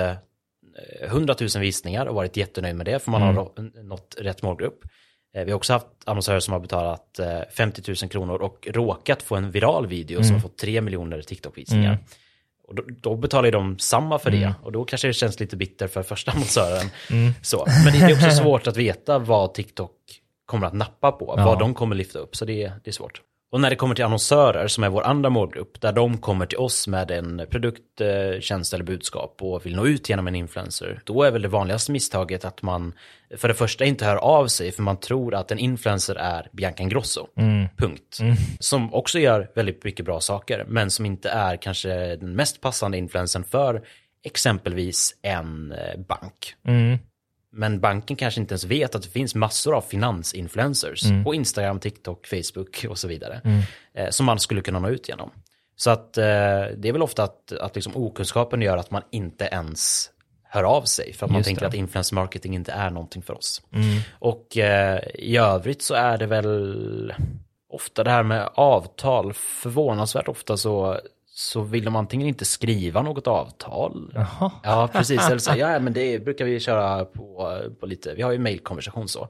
100 000 visningar och varit jättenöjd med det för man har nått rätt målgrupp. Vi har också haft annonsörer som har betalat 50 000 kronor och råkat få en viral video som har fått 3 miljoner TikTok-visningar. Och då betalar de samma för det. Och då kanske det känns lite bitter för första annonsören. Så. Men det är också svårt att veta vad TikTok kommer att nappa på. Vad de kommer lyfta upp. Så det är svårt. Och när det kommer till annonsörer som är vår andra målgrupp, där de kommer till oss med en produkt, tjänst eller budskap och vill nå ut genom en influencer, då är väl det vanligaste misstaget att man för det första inte hör av sig för man tror att en influencer är Bianca Ingrosso. Punkt. Som också gör väldigt mycket bra saker, men som inte är kanske den mest passande influencern för exempelvis en bank. Men banken kanske inte ens vet att det finns massor av finansinfluencers på Instagram, TikTok, Facebook och så vidare. Som man skulle kunna nå ut genom. Så att det är väl ofta att liksom okunskapen gör att man inte ens hör av sig. För att man tänker att influencer marketing inte är någonting för oss. Och i övrigt så är det väl ofta det här med avtal. Förvånansvärt ofta så vill de antingen inte skriva något avtal.
Jaha.
Ja, precis. Eller så, ja, men det brukar vi köra på lite. Vi har ju mejlkonversation så.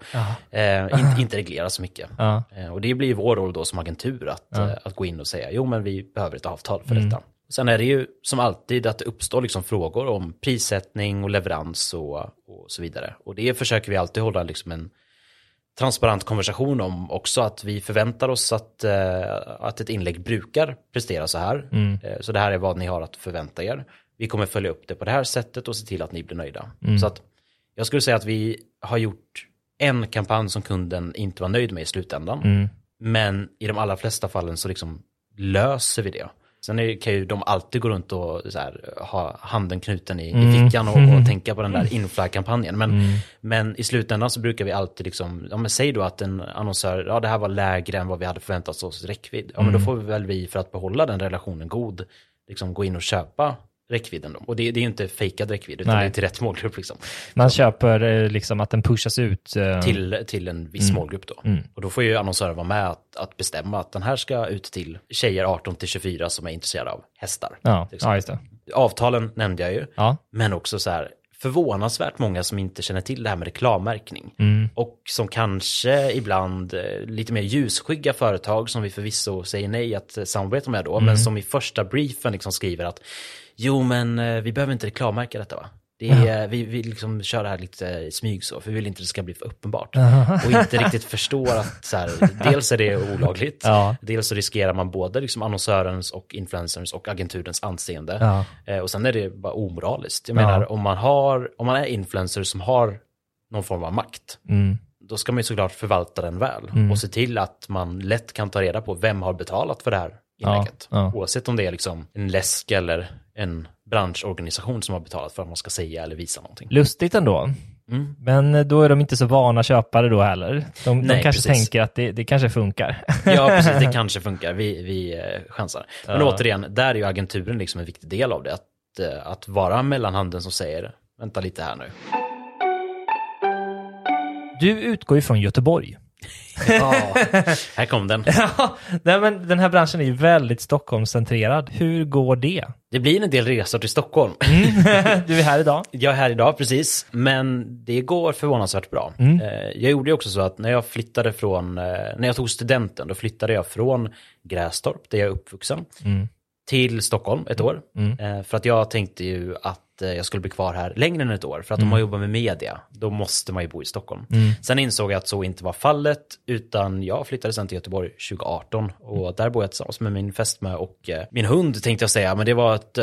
Inte reglera så mycket. Och det blir ju vår roll då som agentur att gå in och säga jo, men vi behöver ett avtal för detta. Sen är det ju som alltid att det uppstår liksom frågor om prissättning och leverans och så vidare. Och det försöker vi alltid hålla liksom en transparent konversation om också, att vi förväntar oss att ett inlägg brukar prestera så här. Så det här är vad ni har att förvänta er. Vi kommer följa upp det på det här sättet och se till att ni blir nöjda. Så att jag skulle säga att vi har gjort en kampanj som kunden inte var nöjd med i slutändan. Men i de allra flesta fallen så liksom löser vi det. Sen kan ju de alltid gå runt och så här, ha handen knuten i fickan och tänka på den där inflagkampanjen. Men i slutändan så brukar vi alltid liksom, ja men säg då att en annonsör, ja det här var lägre än vad vi hade förväntat oss räckvidd. Ja men då får vi väl för att behålla den relationen god, liksom gå in och köpa räckvidden då. Och det är inte fejkad räckvidd utan det är till rätt målgrupp liksom.
Man köper liksom att den pushas ut
till en viss målgrupp då. Och då får ju annonsörer vara med att bestämma att den här ska ut till tjejer 18-24 som är intresserade av hästar.
Ja, just det.
Avtalen nämnde jag ju. Men också så här förvånansvärt många som inte känner till det här med reklammärkning. Och som kanske ibland lite mer ljusskygga företag som vi förvisso säger nej att samarbeta med då. Men som i första briefen liksom skriver att jo, men vi behöver inte reklammärka detta va? Vi liksom kör det här lite smyg så, för vi vill inte att det ska bli för uppenbart. Och inte riktigt förstår att så här, dels är det olagligt, dels så riskerar man både liksom annonsörens och influencerns och agenturens anseende. Och sen är det bara omoraliskt. Jag menar, om man är influencer som har någon form av makt, då ska man ju såklart förvalta den väl och se till att man lätt kan ta reda på vem har betalat för det här inlägget. Oavsett om det är liksom en läsk eller en branschorganisation som har betalat för att man ska säga eller visa någonting.
Lustigt ändå. Men då är de inte så vana köpare då heller. De kanske tänker att det kanske funkar.
Ja, precis. Det kanske funkar. Vi chansar. Men återigen, där är ju agenturen liksom en viktig del av det. Att vara mellanhanden som säger, vänta lite här nu.
Du utgår ju från Göteborg.
Ja, här kom den.
Nej, men den här branschen är ju väldigt Stockholmscentrerad. Hur går det?
Det blir en del resor till Stockholm.
Du är här idag?
Jag är här idag, precis. Men det går förvånansvärt bra. Jag gjorde ju också så att när jag tog studenten, då flyttade jag från Grästorp, där jag är uppvuxen, till Stockholm ett år. För att jag tänkte ju att jag skulle bli kvar här längre än ett år. För att om man jobbar med media, då måste man ju bo i Stockholm. Sen insåg jag att så inte var fallet, utan jag flyttade sen till Göteborg 2018. Och där bor jag tillsammans med min fästmö och min hund, tänkte jag säga. Men det var ett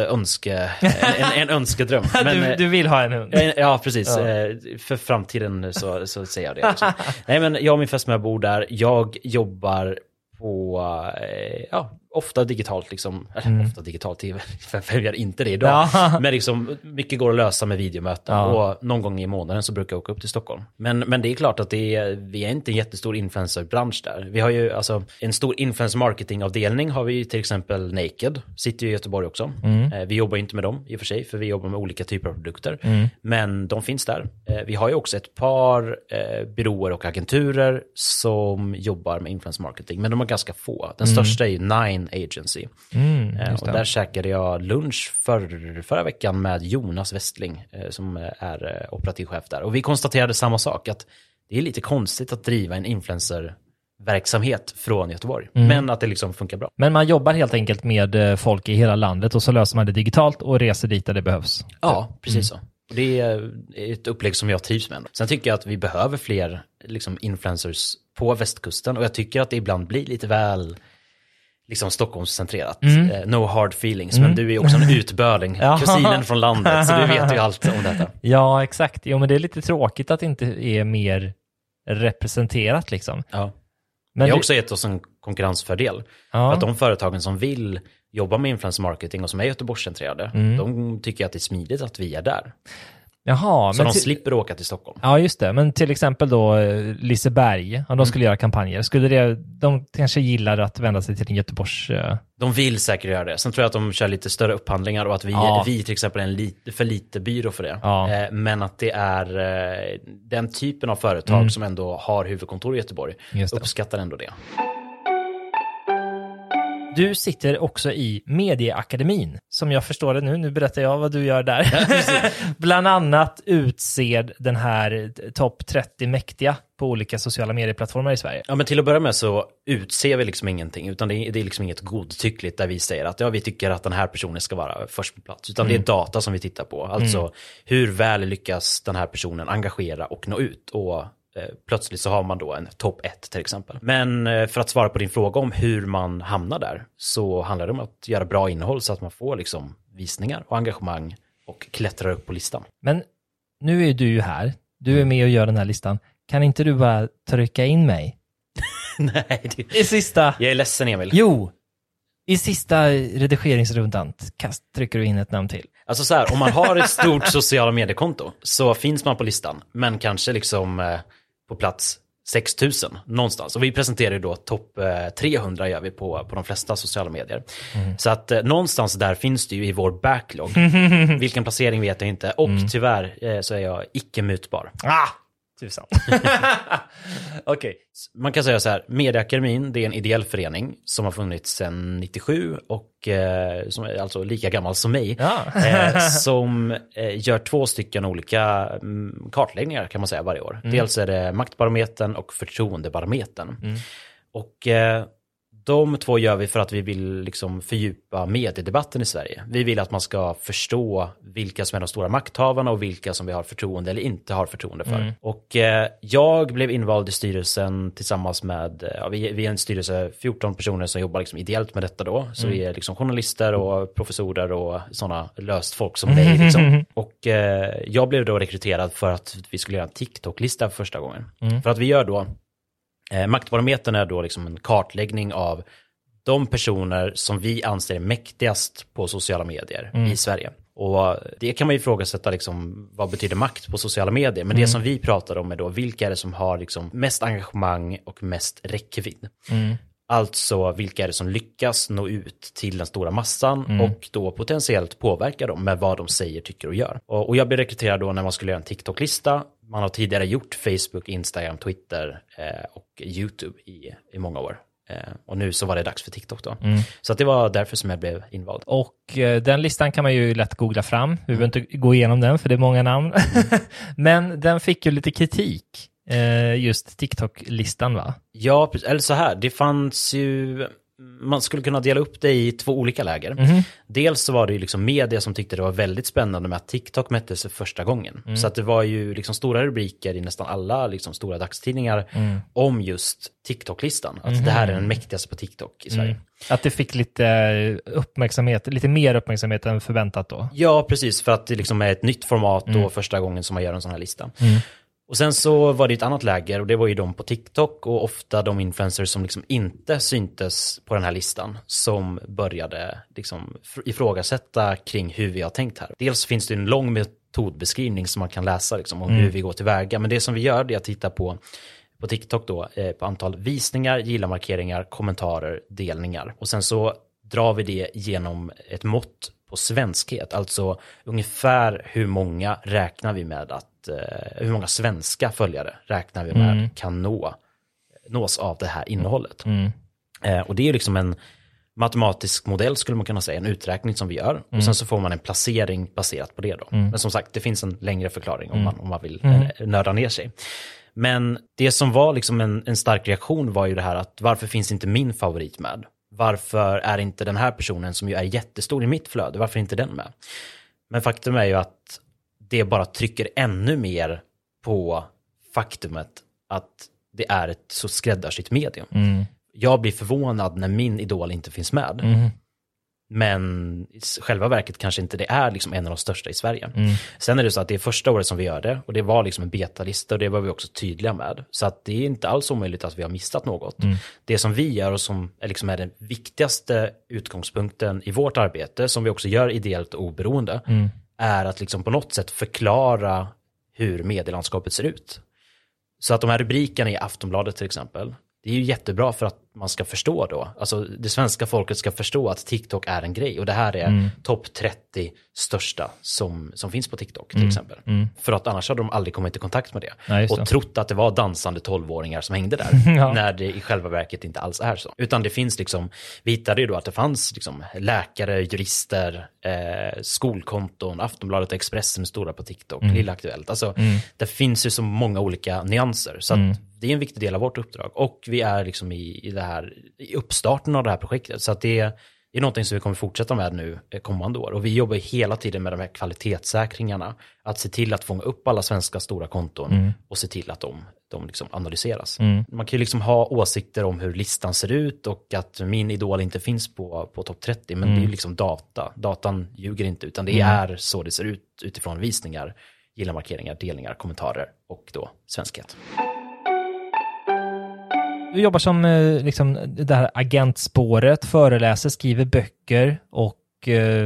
en önskedröm. Men,
du vill ha en hund?
Ja, precis. Ja. För framtiden så säger jag det. Alltså. Nej, men jag och min fästmö bor där. Jag jobbar på, ofta digitalt liksom, ofta digitalt, jag gör inte det idag, men liksom mycket går att lösa med videomöten och någon gång i månaden så brukar jag åka upp till Stockholm. Men det är klart att vi är inte en jättestor influencerbransch där. Vi har ju alltså en stor influencer marketingavdelning, har vi till exempel Naked, sitter ju i Göteborg också. Vi jobbar inte med dem i och för sig, för vi jobbar med olika typer av produkter, men de finns där. Vi har ju också ett par byråer och agenturer som jobbar med influencer marketing, men de är ganska få. Den största är ju Nine Agency. Och där käkade jag lunch förra veckan med Jonas Westling som är operativ chef där. Och vi konstaterade samma sak, att det är lite konstigt att driva en influencerverksamhet från Göteborg. Men att det liksom funkar bra.
Men man jobbar helt enkelt med folk i hela landet och så löser man det digitalt och reser dit där det behövs.
Ja, precis så. Det är ett upplägg som jag trivs med. Sen tycker jag att vi behöver fler liksom, influencers på västkusten. Och jag tycker att det ibland blir lite väl liksom Stockholmscentrerat. No hard feelings. Men du är också en utbörling. Kusinen från landet. Så du vet ju allt om detta. Ja,
exakt. Jo, men det är lite tråkigt att det inte är mer representerat liksom.
Ja. Men det har också gett oss en konkurrensfördel. För att de företagen som vill jobba med influencer marketing och som är Göteborgscentrerade, de tycker att det är smidigt att vi är där.
Jaha,
så de slipper åka till Stockholm.
Ja, just det. Men till exempel då Liseberg, om de skulle göra kampanjer, skulle de kanske gillar att vända sig till en Göteborgs...
De vill säkert göra det. Sen tror jag att de kör lite större upphandlingar och att vi till exempel är en för lite byrå för det. Men att det är den typen av företag som ändå har huvudkontor i Göteborg uppskattar ändå det.
Du sitter också i Medieakademin, som jag förstår det nu berättar jag vad du gör där. Bland annat utser den här topp 30 mäktiga på olika sociala medieplattformar i Sverige.
Ja, men till att börja med så utser vi liksom ingenting, utan det är liksom inget godtyckligt där vi säger att vi tycker att den här personen ska vara först på plats, utan det är data som vi tittar på. Alltså hur väl lyckas den här personen engagera och nå ut, och plötsligt så har man då en topp 1 till exempel. Men för att svara på din fråga om hur man hamnar där, så handlar det om att göra bra innehåll så att man får liksom visningar och engagemang och klättrar upp på listan.
Men nu är du ju här. Du är med och gör den här listan. Kan inte du bara trycka in mig?
Nej.
I sista...
Jag är ledsen, Emil.
Jo. I sista redigeringsrundan trycker du in ett namn till.
Alltså så här, om man har ett stort sociala mediekonto så finns man på listan, men kanske liksom på plats 6000 någonstans. Och vi presenterar ju då topp 300 gör vi på de flesta sociala medier. Så att någonstans där finns det ju i vår backlog. Vilken placering vet jag inte. Och tyvärr så är jag icke mutbar.
Tusan. Okej.
Man kan säga så här, Medieakademin, det är en ideell förening som har funnits sedan 97 och som är alltså lika gammal som mig. Som gör 2 stycken olika kartläggningar kan man säga varje år. Dels är det maktbarometern och förtroendebarometern. Och de 2 gör vi för att vi vill liksom fördjupa mediedebatten i Sverige. Vi vill att man ska förstå vilka som är de stora makthavarna och vilka som vi har förtroende eller inte har förtroende för. Och jag blev invald i styrelsen tillsammans med, vi är en styrelse 14 personer som jobbar liksom ideellt med detta då. Så vi är liksom journalister och professorer och sådana löst folk som mig liksom. Och jag blev då rekryterad för att vi skulle göra en TikTok-lista för första gången. För att vi gör då maktbarometern är då liksom en kartläggning av de personer som vi anser är mäktigast på sociala medier i Sverige. Och det kan man ju ifrågasätta liksom, vad betyder makt på sociala medier? Men det som vi pratar om är då vilka är det som har liksom mest engagemang och mest räckvidd. Alltså vilka är det som lyckas nå ut till den stora massan och då potentiellt påverka dem med vad de säger, tycker och gör. Och jag blev rekryterad då när man skulle göra en TikTok-lista. Man har tidigare gjort Facebook, Instagram, Twitter och YouTube i många år. Och nu så var det dags för TikTok då. Så att det var därför som jag blev invald.
Och den listan kan man ju lätt googla fram. Vi behöver inte gå igenom den för det är många namn. Men den fick ju lite kritik. Just TikTok-listan, va?
Ja, eller så här. Det fanns ju man skulle kunna dela upp det i 2 olika läger. Dels så var det ju liksom media som tyckte det var väldigt spännande med att TikTok mättes för första gången. Så att det var ju liksom stora rubriker i nästan alla liksom stora dagstidningar om just TikTok-listan. Att det här är den mäktigaste på TikTok i Sverige.
Att det fick lite uppmärksamhet, lite mer uppmärksamhet än förväntat då.
Ja, precis, för att det liksom är ett nytt format då första gången som man gör en sån här lista. Och sen så var det ett annat läger och det var ju de på TikTok och ofta de influencers som liksom inte syntes på den här listan som började liksom ifrågasätta kring hur vi har tänkt här. Dels finns det en lång metodbeskrivning som man kan läsa liksom om hur vi går tillväga, men det som vi gör är att titta på TikTok då, på antal visningar, gilla-markeringar, kommentarer, delningar. Och sen så drar vi det genom ett mått på svenskhet, alltså ungefär hur många räknar vi med att hur många svenska följare räknar vi med kan nås av det här innehållet. Och det är liksom en matematisk modell skulle man kunna säga, en uträkning som vi gör. Och sen så får man en placering baserat på det då. Men som sagt, det finns en längre förklaring om man vill nörda ner sig. Men det som var liksom en stark reaktion var ju det här att varför finns inte min favorit med? Varför är inte den här personen som ju är jättestor i mitt flöde, varför är inte den med? Men faktum är ju att det bara trycker ännu mer på faktumet att det är ett så skräddarsytt medium. Jag blir förvånad när min idol inte finns med. Men i själva verket kanske inte det är liksom en av de största i Sverige. Sen är det så att det är första året som vi gör det. Och det var liksom en betalista och det var vi också tydliga med. Så att det är inte alls omöjligt att vi har missat något. Det som vi gör och som är den viktigaste utgångspunkten i vårt arbete, som vi också gör ideellt och oberoende, är att liksom på något sätt förklara hur medielandskapet ser ut. Så att de här rubrikerna i Aftonbladet till exempel, det är ju jättebra för att man ska förstå då. Alltså det svenska folket ska förstå att TikTok är en grej. Och det här är topp 30 största som finns på TikTok till exempel. För att annars hade de aldrig kommit i kontakt med det.
Ja,
och trott att det var dansande 12-åringar som hängde där. När det i själva verket inte alls är så. Utan det finns liksom, vi hittade ju då att det fanns liksom läkare, jurister, skolkonton, Aftonbladet och Expressen stora på TikTok, Lilla Aktuellt. Alltså det finns ju så många olika nyanser. Så att det är en viktig del av vårt uppdrag. Och vi är liksom i uppstarten av det här projektet. Så att det är någonting som vi kommer fortsätta med nu kommande år. Och vi jobbar hela tiden med de här kvalitetssäkringarna. Att se till att fånga upp alla svenska stora konton och se till att de liksom analyseras. Man kan ju liksom ha åsikter om hur listan ser ut och att min idol inte finns på topp 30. Men det är ju liksom data. Datan ljuger inte, utan det är så det ser ut utifrån visningar, gilla-markeringar, delningar, kommentarer och då svenskhet.
Du jobbar som liksom det här agentspåret, föreläser, skriver böcker och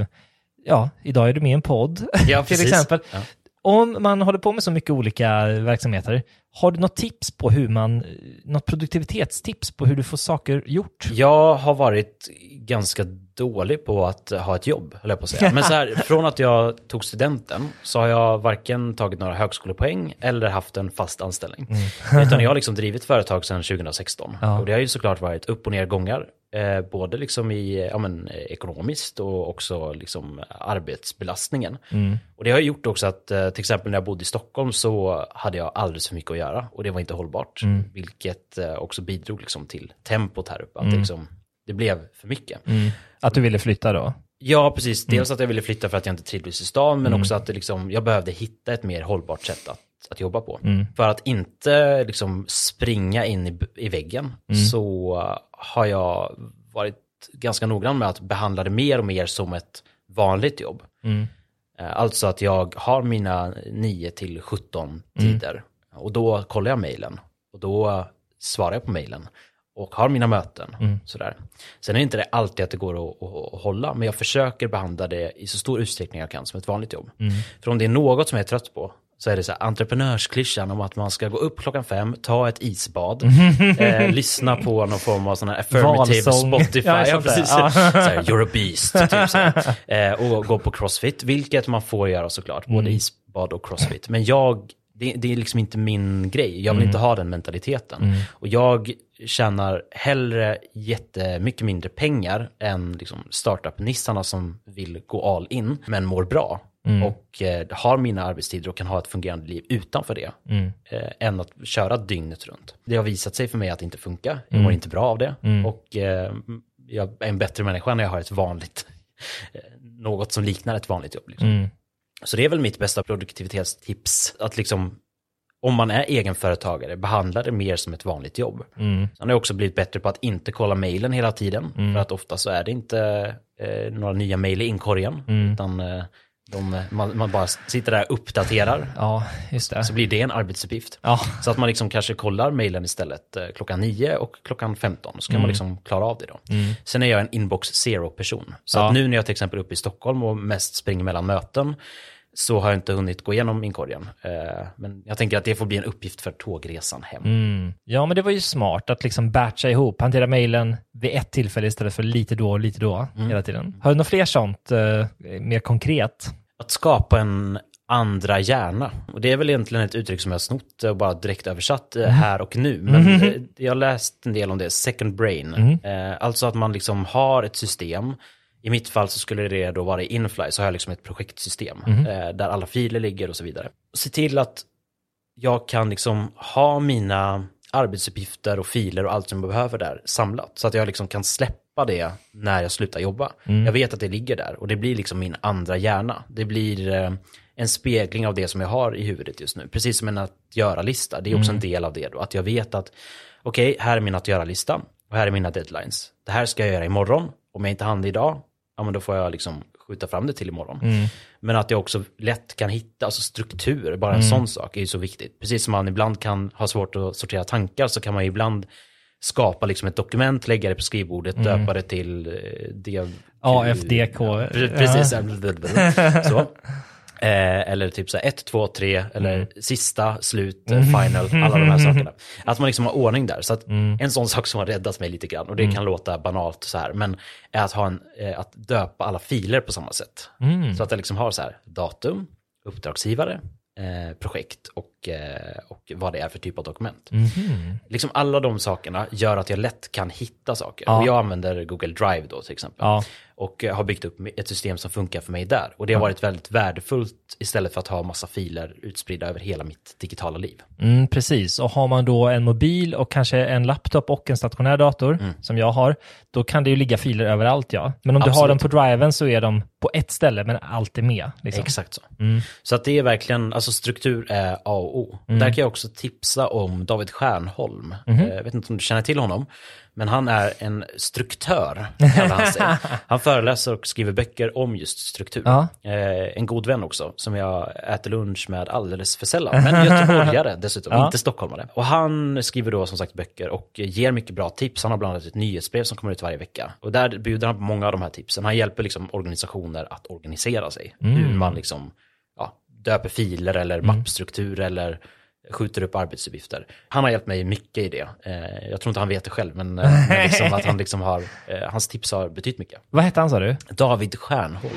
idag är du med i en podd till exempel. Ja. Om man håller på med så mycket olika verksamheter, har du något tips på något produktivitetstips på hur du får saker gjort?
Jag har varit ganska dålig på att ha ett jobb, höll jag på att säga. Men så här, från att jag tog studenten så har jag varken tagit några högskolepoäng eller haft en fast anställning. Utan jag har liksom drivit företag sedan 2016. Ja. Och det har ju såklart varit upp- och nergångar. Både liksom ekonomiskt och också liksom arbetsbelastningen. Och det har gjort också att till exempel när jag bodde i Stockholm så hade jag alldeles för mycket att göra. Och det var inte hållbart. Vilket också bidrog liksom till tempot här uppe. Att det blev för mycket.
Att du ville flytta då?
Ja, precis. Dels att jag ville flytta för att jag inte trivdes i stan. Men också att jag behövde hitta ett mer hållbart sätt att jobba på. För att inte liksom springa in i väggen så har jag varit ganska noggrann med att behandla det mer och mer som ett vanligt jobb. Alltså att jag har mina 9-17 tider och då kollar jag mejlen och då svarar jag på mejlen och har mina möten. Sådär. Sen är det inte alltid att det går att hålla, men jag försöker behandla det i så stor utsträckning jag kan som ett vanligt jobb. För om det är något som jag är trött på så är det så här entreprenörsklyschan om att man ska gå upp 5:00, ta ett isbad, lyssna på någon form av sån här affirmative Spotify. Ja, precis. Så här, you're a beast. Typ så här. Och gå på CrossFit, vilket man får göra såklart, både isbad och CrossFit. Men det är liksom inte min grej. Jag vill inte ha den mentaliteten. Och jag tjänar hellre jättemycket mindre pengar än liksom startup-nissarna som vill gå all in, men mår bra. Och har mina arbetstider och kan ha ett fungerande liv utanför det än att köra dygnet runt. Det har visat sig för mig att det inte funkar. Jag mår inte bra av det. Och jag är en bättre människa när jag har ett vanligt, något som liknar ett vanligt jobb. Liksom. Så det är väl mitt bästa produktivitetstips, att liksom, om man är egenföretagare, behandla det mer som ett vanligt jobb. Sen har jag också blivit bättre på att inte kolla mejlen hela tiden, för att ofta så är det inte några nya mejl i inkorgen, utan man bara sitter där och uppdaterar.
Ja, just det.
Så blir det en arbetsuppgift.
Ja.
Så att man liksom kanske kollar mejlen istället klockan 9 och klockan 15. Så kan man liksom klara av det då. Sen är jag en inbox zero-person. Så att nu när jag till exempel är uppe i Stockholm och mest springer mellan möten, så har jag inte hunnit gå igenom inkorgen. Men jag tänker att det får bli en uppgift för tågresan hem.
Ja, men det var ju smart att liksom batcha ihop, hantera mejlen vid ett tillfälle istället för lite då och lite då hela tiden. Har du något fler sånt mer konkret?
Att skapa en andra hjärna. Och det är väl egentligen ett uttryck som jag har snott och bara direkt översatt här och nu. Men jag har läst en del om det, second brain. Alltså att man liksom har ett system. I mitt fall så skulle det då vara i Infly, så har jag liksom ett projektsystem där alla filer ligger och så vidare. Och se till att jag kan liksom ha mina arbetsuppgifter och filer och allt som jag behöver där samlat. Så att jag liksom kan släppa det när jag slutar jobba. Jag vet att det ligger där och det blir liksom min andra hjärna. Det blir en spegling av det som jag har i huvudet just nu. Precis som en att göra-lista. Det är också en del av det då. Att jag vet att okej, här är min att göra-lista och här är mina deadlines. Det här ska jag göra imorgon. Om jag inte hann det idag, ja, men då får jag liksom skjuta fram det till imorgon. Men att jag också lätt kan hitta, alltså struktur, bara en sån sak är ju så viktigt. Precis som man ibland kan ha svårt att sortera tankar, så kan man ibland skapa liksom ett dokument, lägga det på skrivbordet, döpa det till
AFDK.
Precis, så. Eller typ så här 1, 2, 3 eller sista, slut, final, alla de här sakerna. Att man liksom har ordning där. Så att en sån sak som har räddat mig lite grann, och det kan låta banalt så här, men är att ha att döpa alla filer på samma sätt. Så att jag liksom har så här datum, uppdragsgivare, projekt och vad det är för typ av dokument. Liksom alla de sakerna gör att jag lätt kan hitta saker. Och jag använder Google Drive då till exempel. Och har byggt upp ett system som funkar för mig där. Och det har varit väldigt värdefullt istället för att ha massa filer utspridda över hela mitt digitala liv.
Precis, och har man då en mobil och kanske en laptop och en stationär dator som jag har, då kan det ju ligga filer överallt, ja. Men om du har dem på driven så är de på ett ställe, men allt är med. Liksom.
Exakt så. Så att det är verkligen, alltså struktur är A och O. Där kan jag också tipsa om David Stjernholm. Jag vet inte om du känner till honom, men han är en struktör, kallar han sig. Han föreläser och skriver böcker om just struktur. En god vän också, som jag äter lunch med alldeles för sällan. Men göteborgare dessutom, inte stockholmare. Och han skriver då som sagt böcker och ger mycket bra tips. Han har bland annat ett nyhetsbrev som kommer ut varje vecka. Och där bjuder han på många av de här tipsen. Han hjälper liksom organisationer att organisera sig. Hur man liksom döper filer eller mappstruktur eller skjuter upp arbetsuppgifter. Han har hjälpt mig mycket i det. Jag tror inte han vet det själv, men liksom att han liksom har, hans tips har betytt mycket.
Vad heter han, sa du?
David Stjernholm.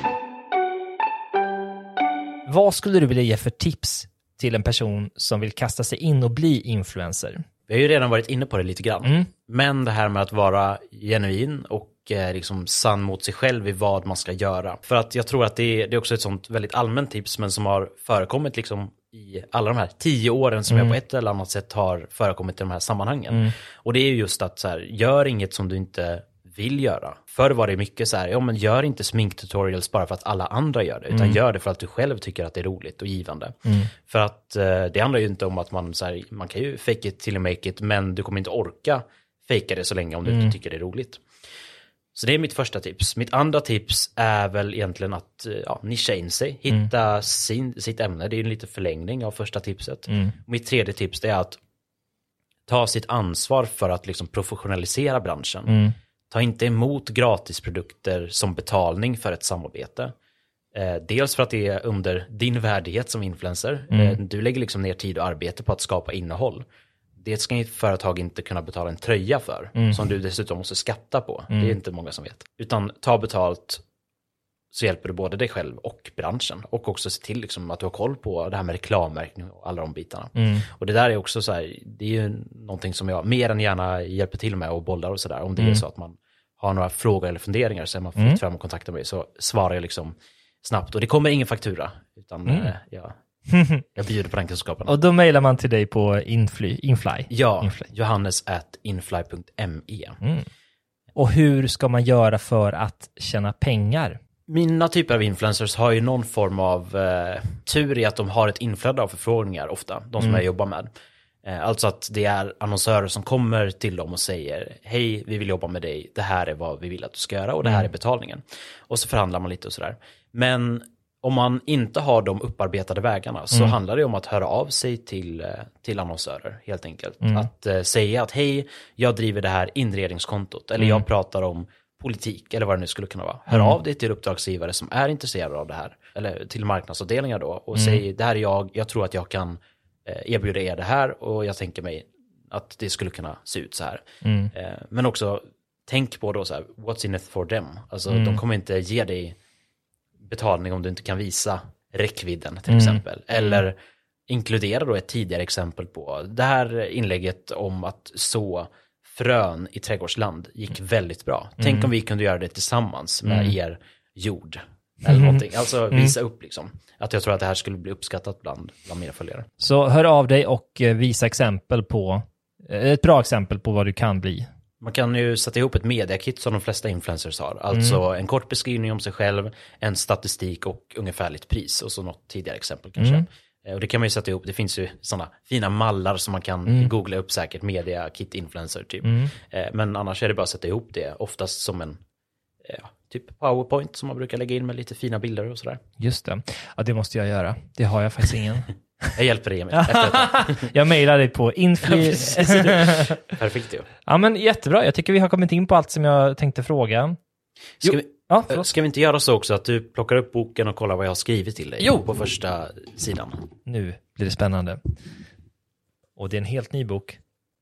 Vad skulle du vilja ge för tips till en person som vill kasta sig in och bli influencer?
Vi har ju redan varit inne på det lite grann. Men det här med att vara genuin och liksom sann mot sig själv i vad man ska göra. För att jag tror att det är också ett sånt väldigt allmänt tips, men som har förekommit liksom i alla de här 10 åren som jag på ett eller annat sätt har förekommit i de här sammanhangen. Och det är ju just att så här, gör inget som du inte vill göra. Förr var det mycket så här, ja men gör inte sminktutorials bara för att alla andra gör det, utan gör det för att du själv tycker att det är roligt och givande. För att det handlar ju inte om att man så här, man kan ju fake it till you make it, men du kommer inte orka fejka det så länge om du inte tycker det är roligt. Så det är mitt första tips. Mitt andra tips är väl egentligen att nischa in sig. Hitta sitt ämne. Det är en lite förlängning av första tipset. Mitt tredje tips är att ta sitt ansvar för att liksom professionalisera branschen. Ta inte emot gratisprodukter som betalning för ett samarbete. Dels för att det är under din värdighet som influencer. Du lägger liksom ner tid och arbete på att skapa innehåll. Det ska ett företag inte kunna betala en tröja för, som du dessutom måste skatta på. Det är inte många som vet. Utan ta betalt, så hjälper du både dig själv och branschen. Och också se till liksom att du har koll på det här med reklammärkning och alla de bitarna. Och det där är också så här, det är ju någonting som jag mer än gärna hjälper till med och bollar och sådär. Om det är så att man har några frågor eller funderingar, så är man fritt fram och kontaktar mig, så svarar jag liksom snabbt. Och det kommer ingen faktura, utan jag bjuder på den kunskapen.
Och då mejlar man till dig på Infly?
Ja, Johannes@infly.me.
Och hur ska man göra för att tjäna pengar?
Mina typer av influencers har ju någon form av tur i att de har ett inflöde av förfrågningar ofta, de som jag jobbar med. Alltså att det är annonsörer som kommer till dem och säger hej, vi vill jobba med dig, det här är vad vi vill att du ska göra och det här är betalningen. Och så förhandlar man lite och sådär. Men om man inte har de upparbetade vägarna så handlar det om att höra av sig till annonsörer helt enkelt. Att säga att hej, jag driver det här inredningskontot eller jag pratar om politik eller vad det nu skulle kunna vara. Hör av dig till uppdragsgivare som är intresserade av det här eller till marknadsavdelningar då och säg det här är jag tror att jag kan erbjuda er det här och jag tänker mig att det skulle kunna se ut så här. Men också tänk på då så här, what's in it for them? Alltså de kommer inte ge dig betalning om du inte kan visa räckvidden till exempel. Eller inkludera då ett tidigare exempel på det här inlägget om att så frön i trädgårdsland gick väldigt bra. Tänk om vi kunde göra det tillsammans med er jord eller någonting. Alltså visa upp liksom. Att jag tror att det här skulle bli uppskattat bland mina följare.
Så hör av dig och visa exempel på ett bra exempel på vad du kan bli.
Man kan ju sätta ihop ett mediakit som de flesta influencers har. Alltså en kort beskrivning om sig själv, en statistik och ungefärligt pris. Och så något tidigare exempel kanske. Och det kan man ju sätta ihop. Det finns ju sådana fina mallar som man kan googla upp säkert. Mediakit influencer typ. Men annars är det bara att sätta ihop det. Oftast som en typ PowerPoint som man brukar lägga in med lite fina bilder och sådär.
Just det. Ja, det måste jag göra. Det har jag faktiskt ingen.
Jag hjälper dig, Emil.
Jag mejlar dig på
Perfekt ju.
Ja, men jättebra. Jag tycker vi har kommit in på allt som jag tänkte fråga.
Ska vi inte göra så också att du plockar upp boken och kollar vad jag har skrivit till dig på första sidan?
Nu blir det spännande. Och det är en helt ny bok.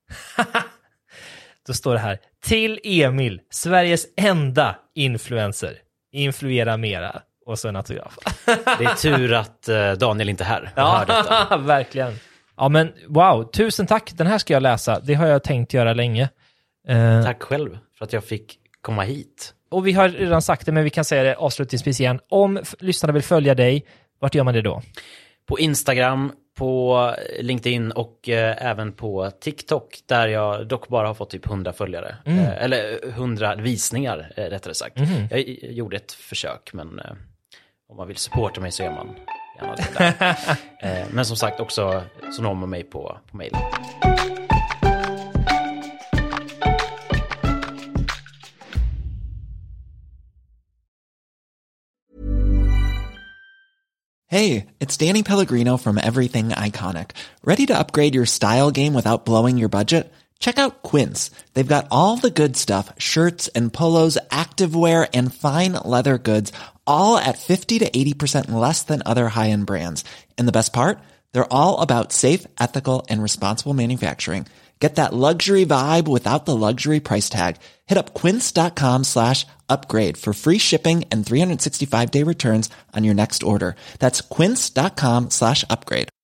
Då står det här: till Emil, Sveriges enda influencer. Influera mera. Och så en autograf.
Det är tur att Daniel inte är här och hör detta.
Verkligen. Ja, men wow, tusen tack. Den här ska jag läsa. Det har jag tänkt göra länge.
Tack själv för att jag fick komma hit.
Och vi har redan sagt det, men vi kan säga det avslutningsvis igen. Om lyssnarna vill följa dig, vart gör man det då?
På Instagram, på LinkedIn och även på TikTok, där jag dock bara har fått typ 100 följare. Eller 100 visningar rättare sagt. Jag gjorde ett försök, men om man vill supporta mig så är man gärna det där. Men som sagt också så når man mig på mail.
Hey, it's Danny Pellegrino from Everything Iconic. Ready to upgrade your style game without blowing your budget? Check out Quince. They've got all the good stuff, shirts and polos, activewear, and fine leather goods, all at 50 to 80% less than other high-end brands. And the best part? They're all about safe, ethical, and responsible manufacturing. Get that luxury vibe without the luxury price tag. Hit up quince.com/upgrade for free shipping and 365-day returns on your next order. That's quince.com/upgrade.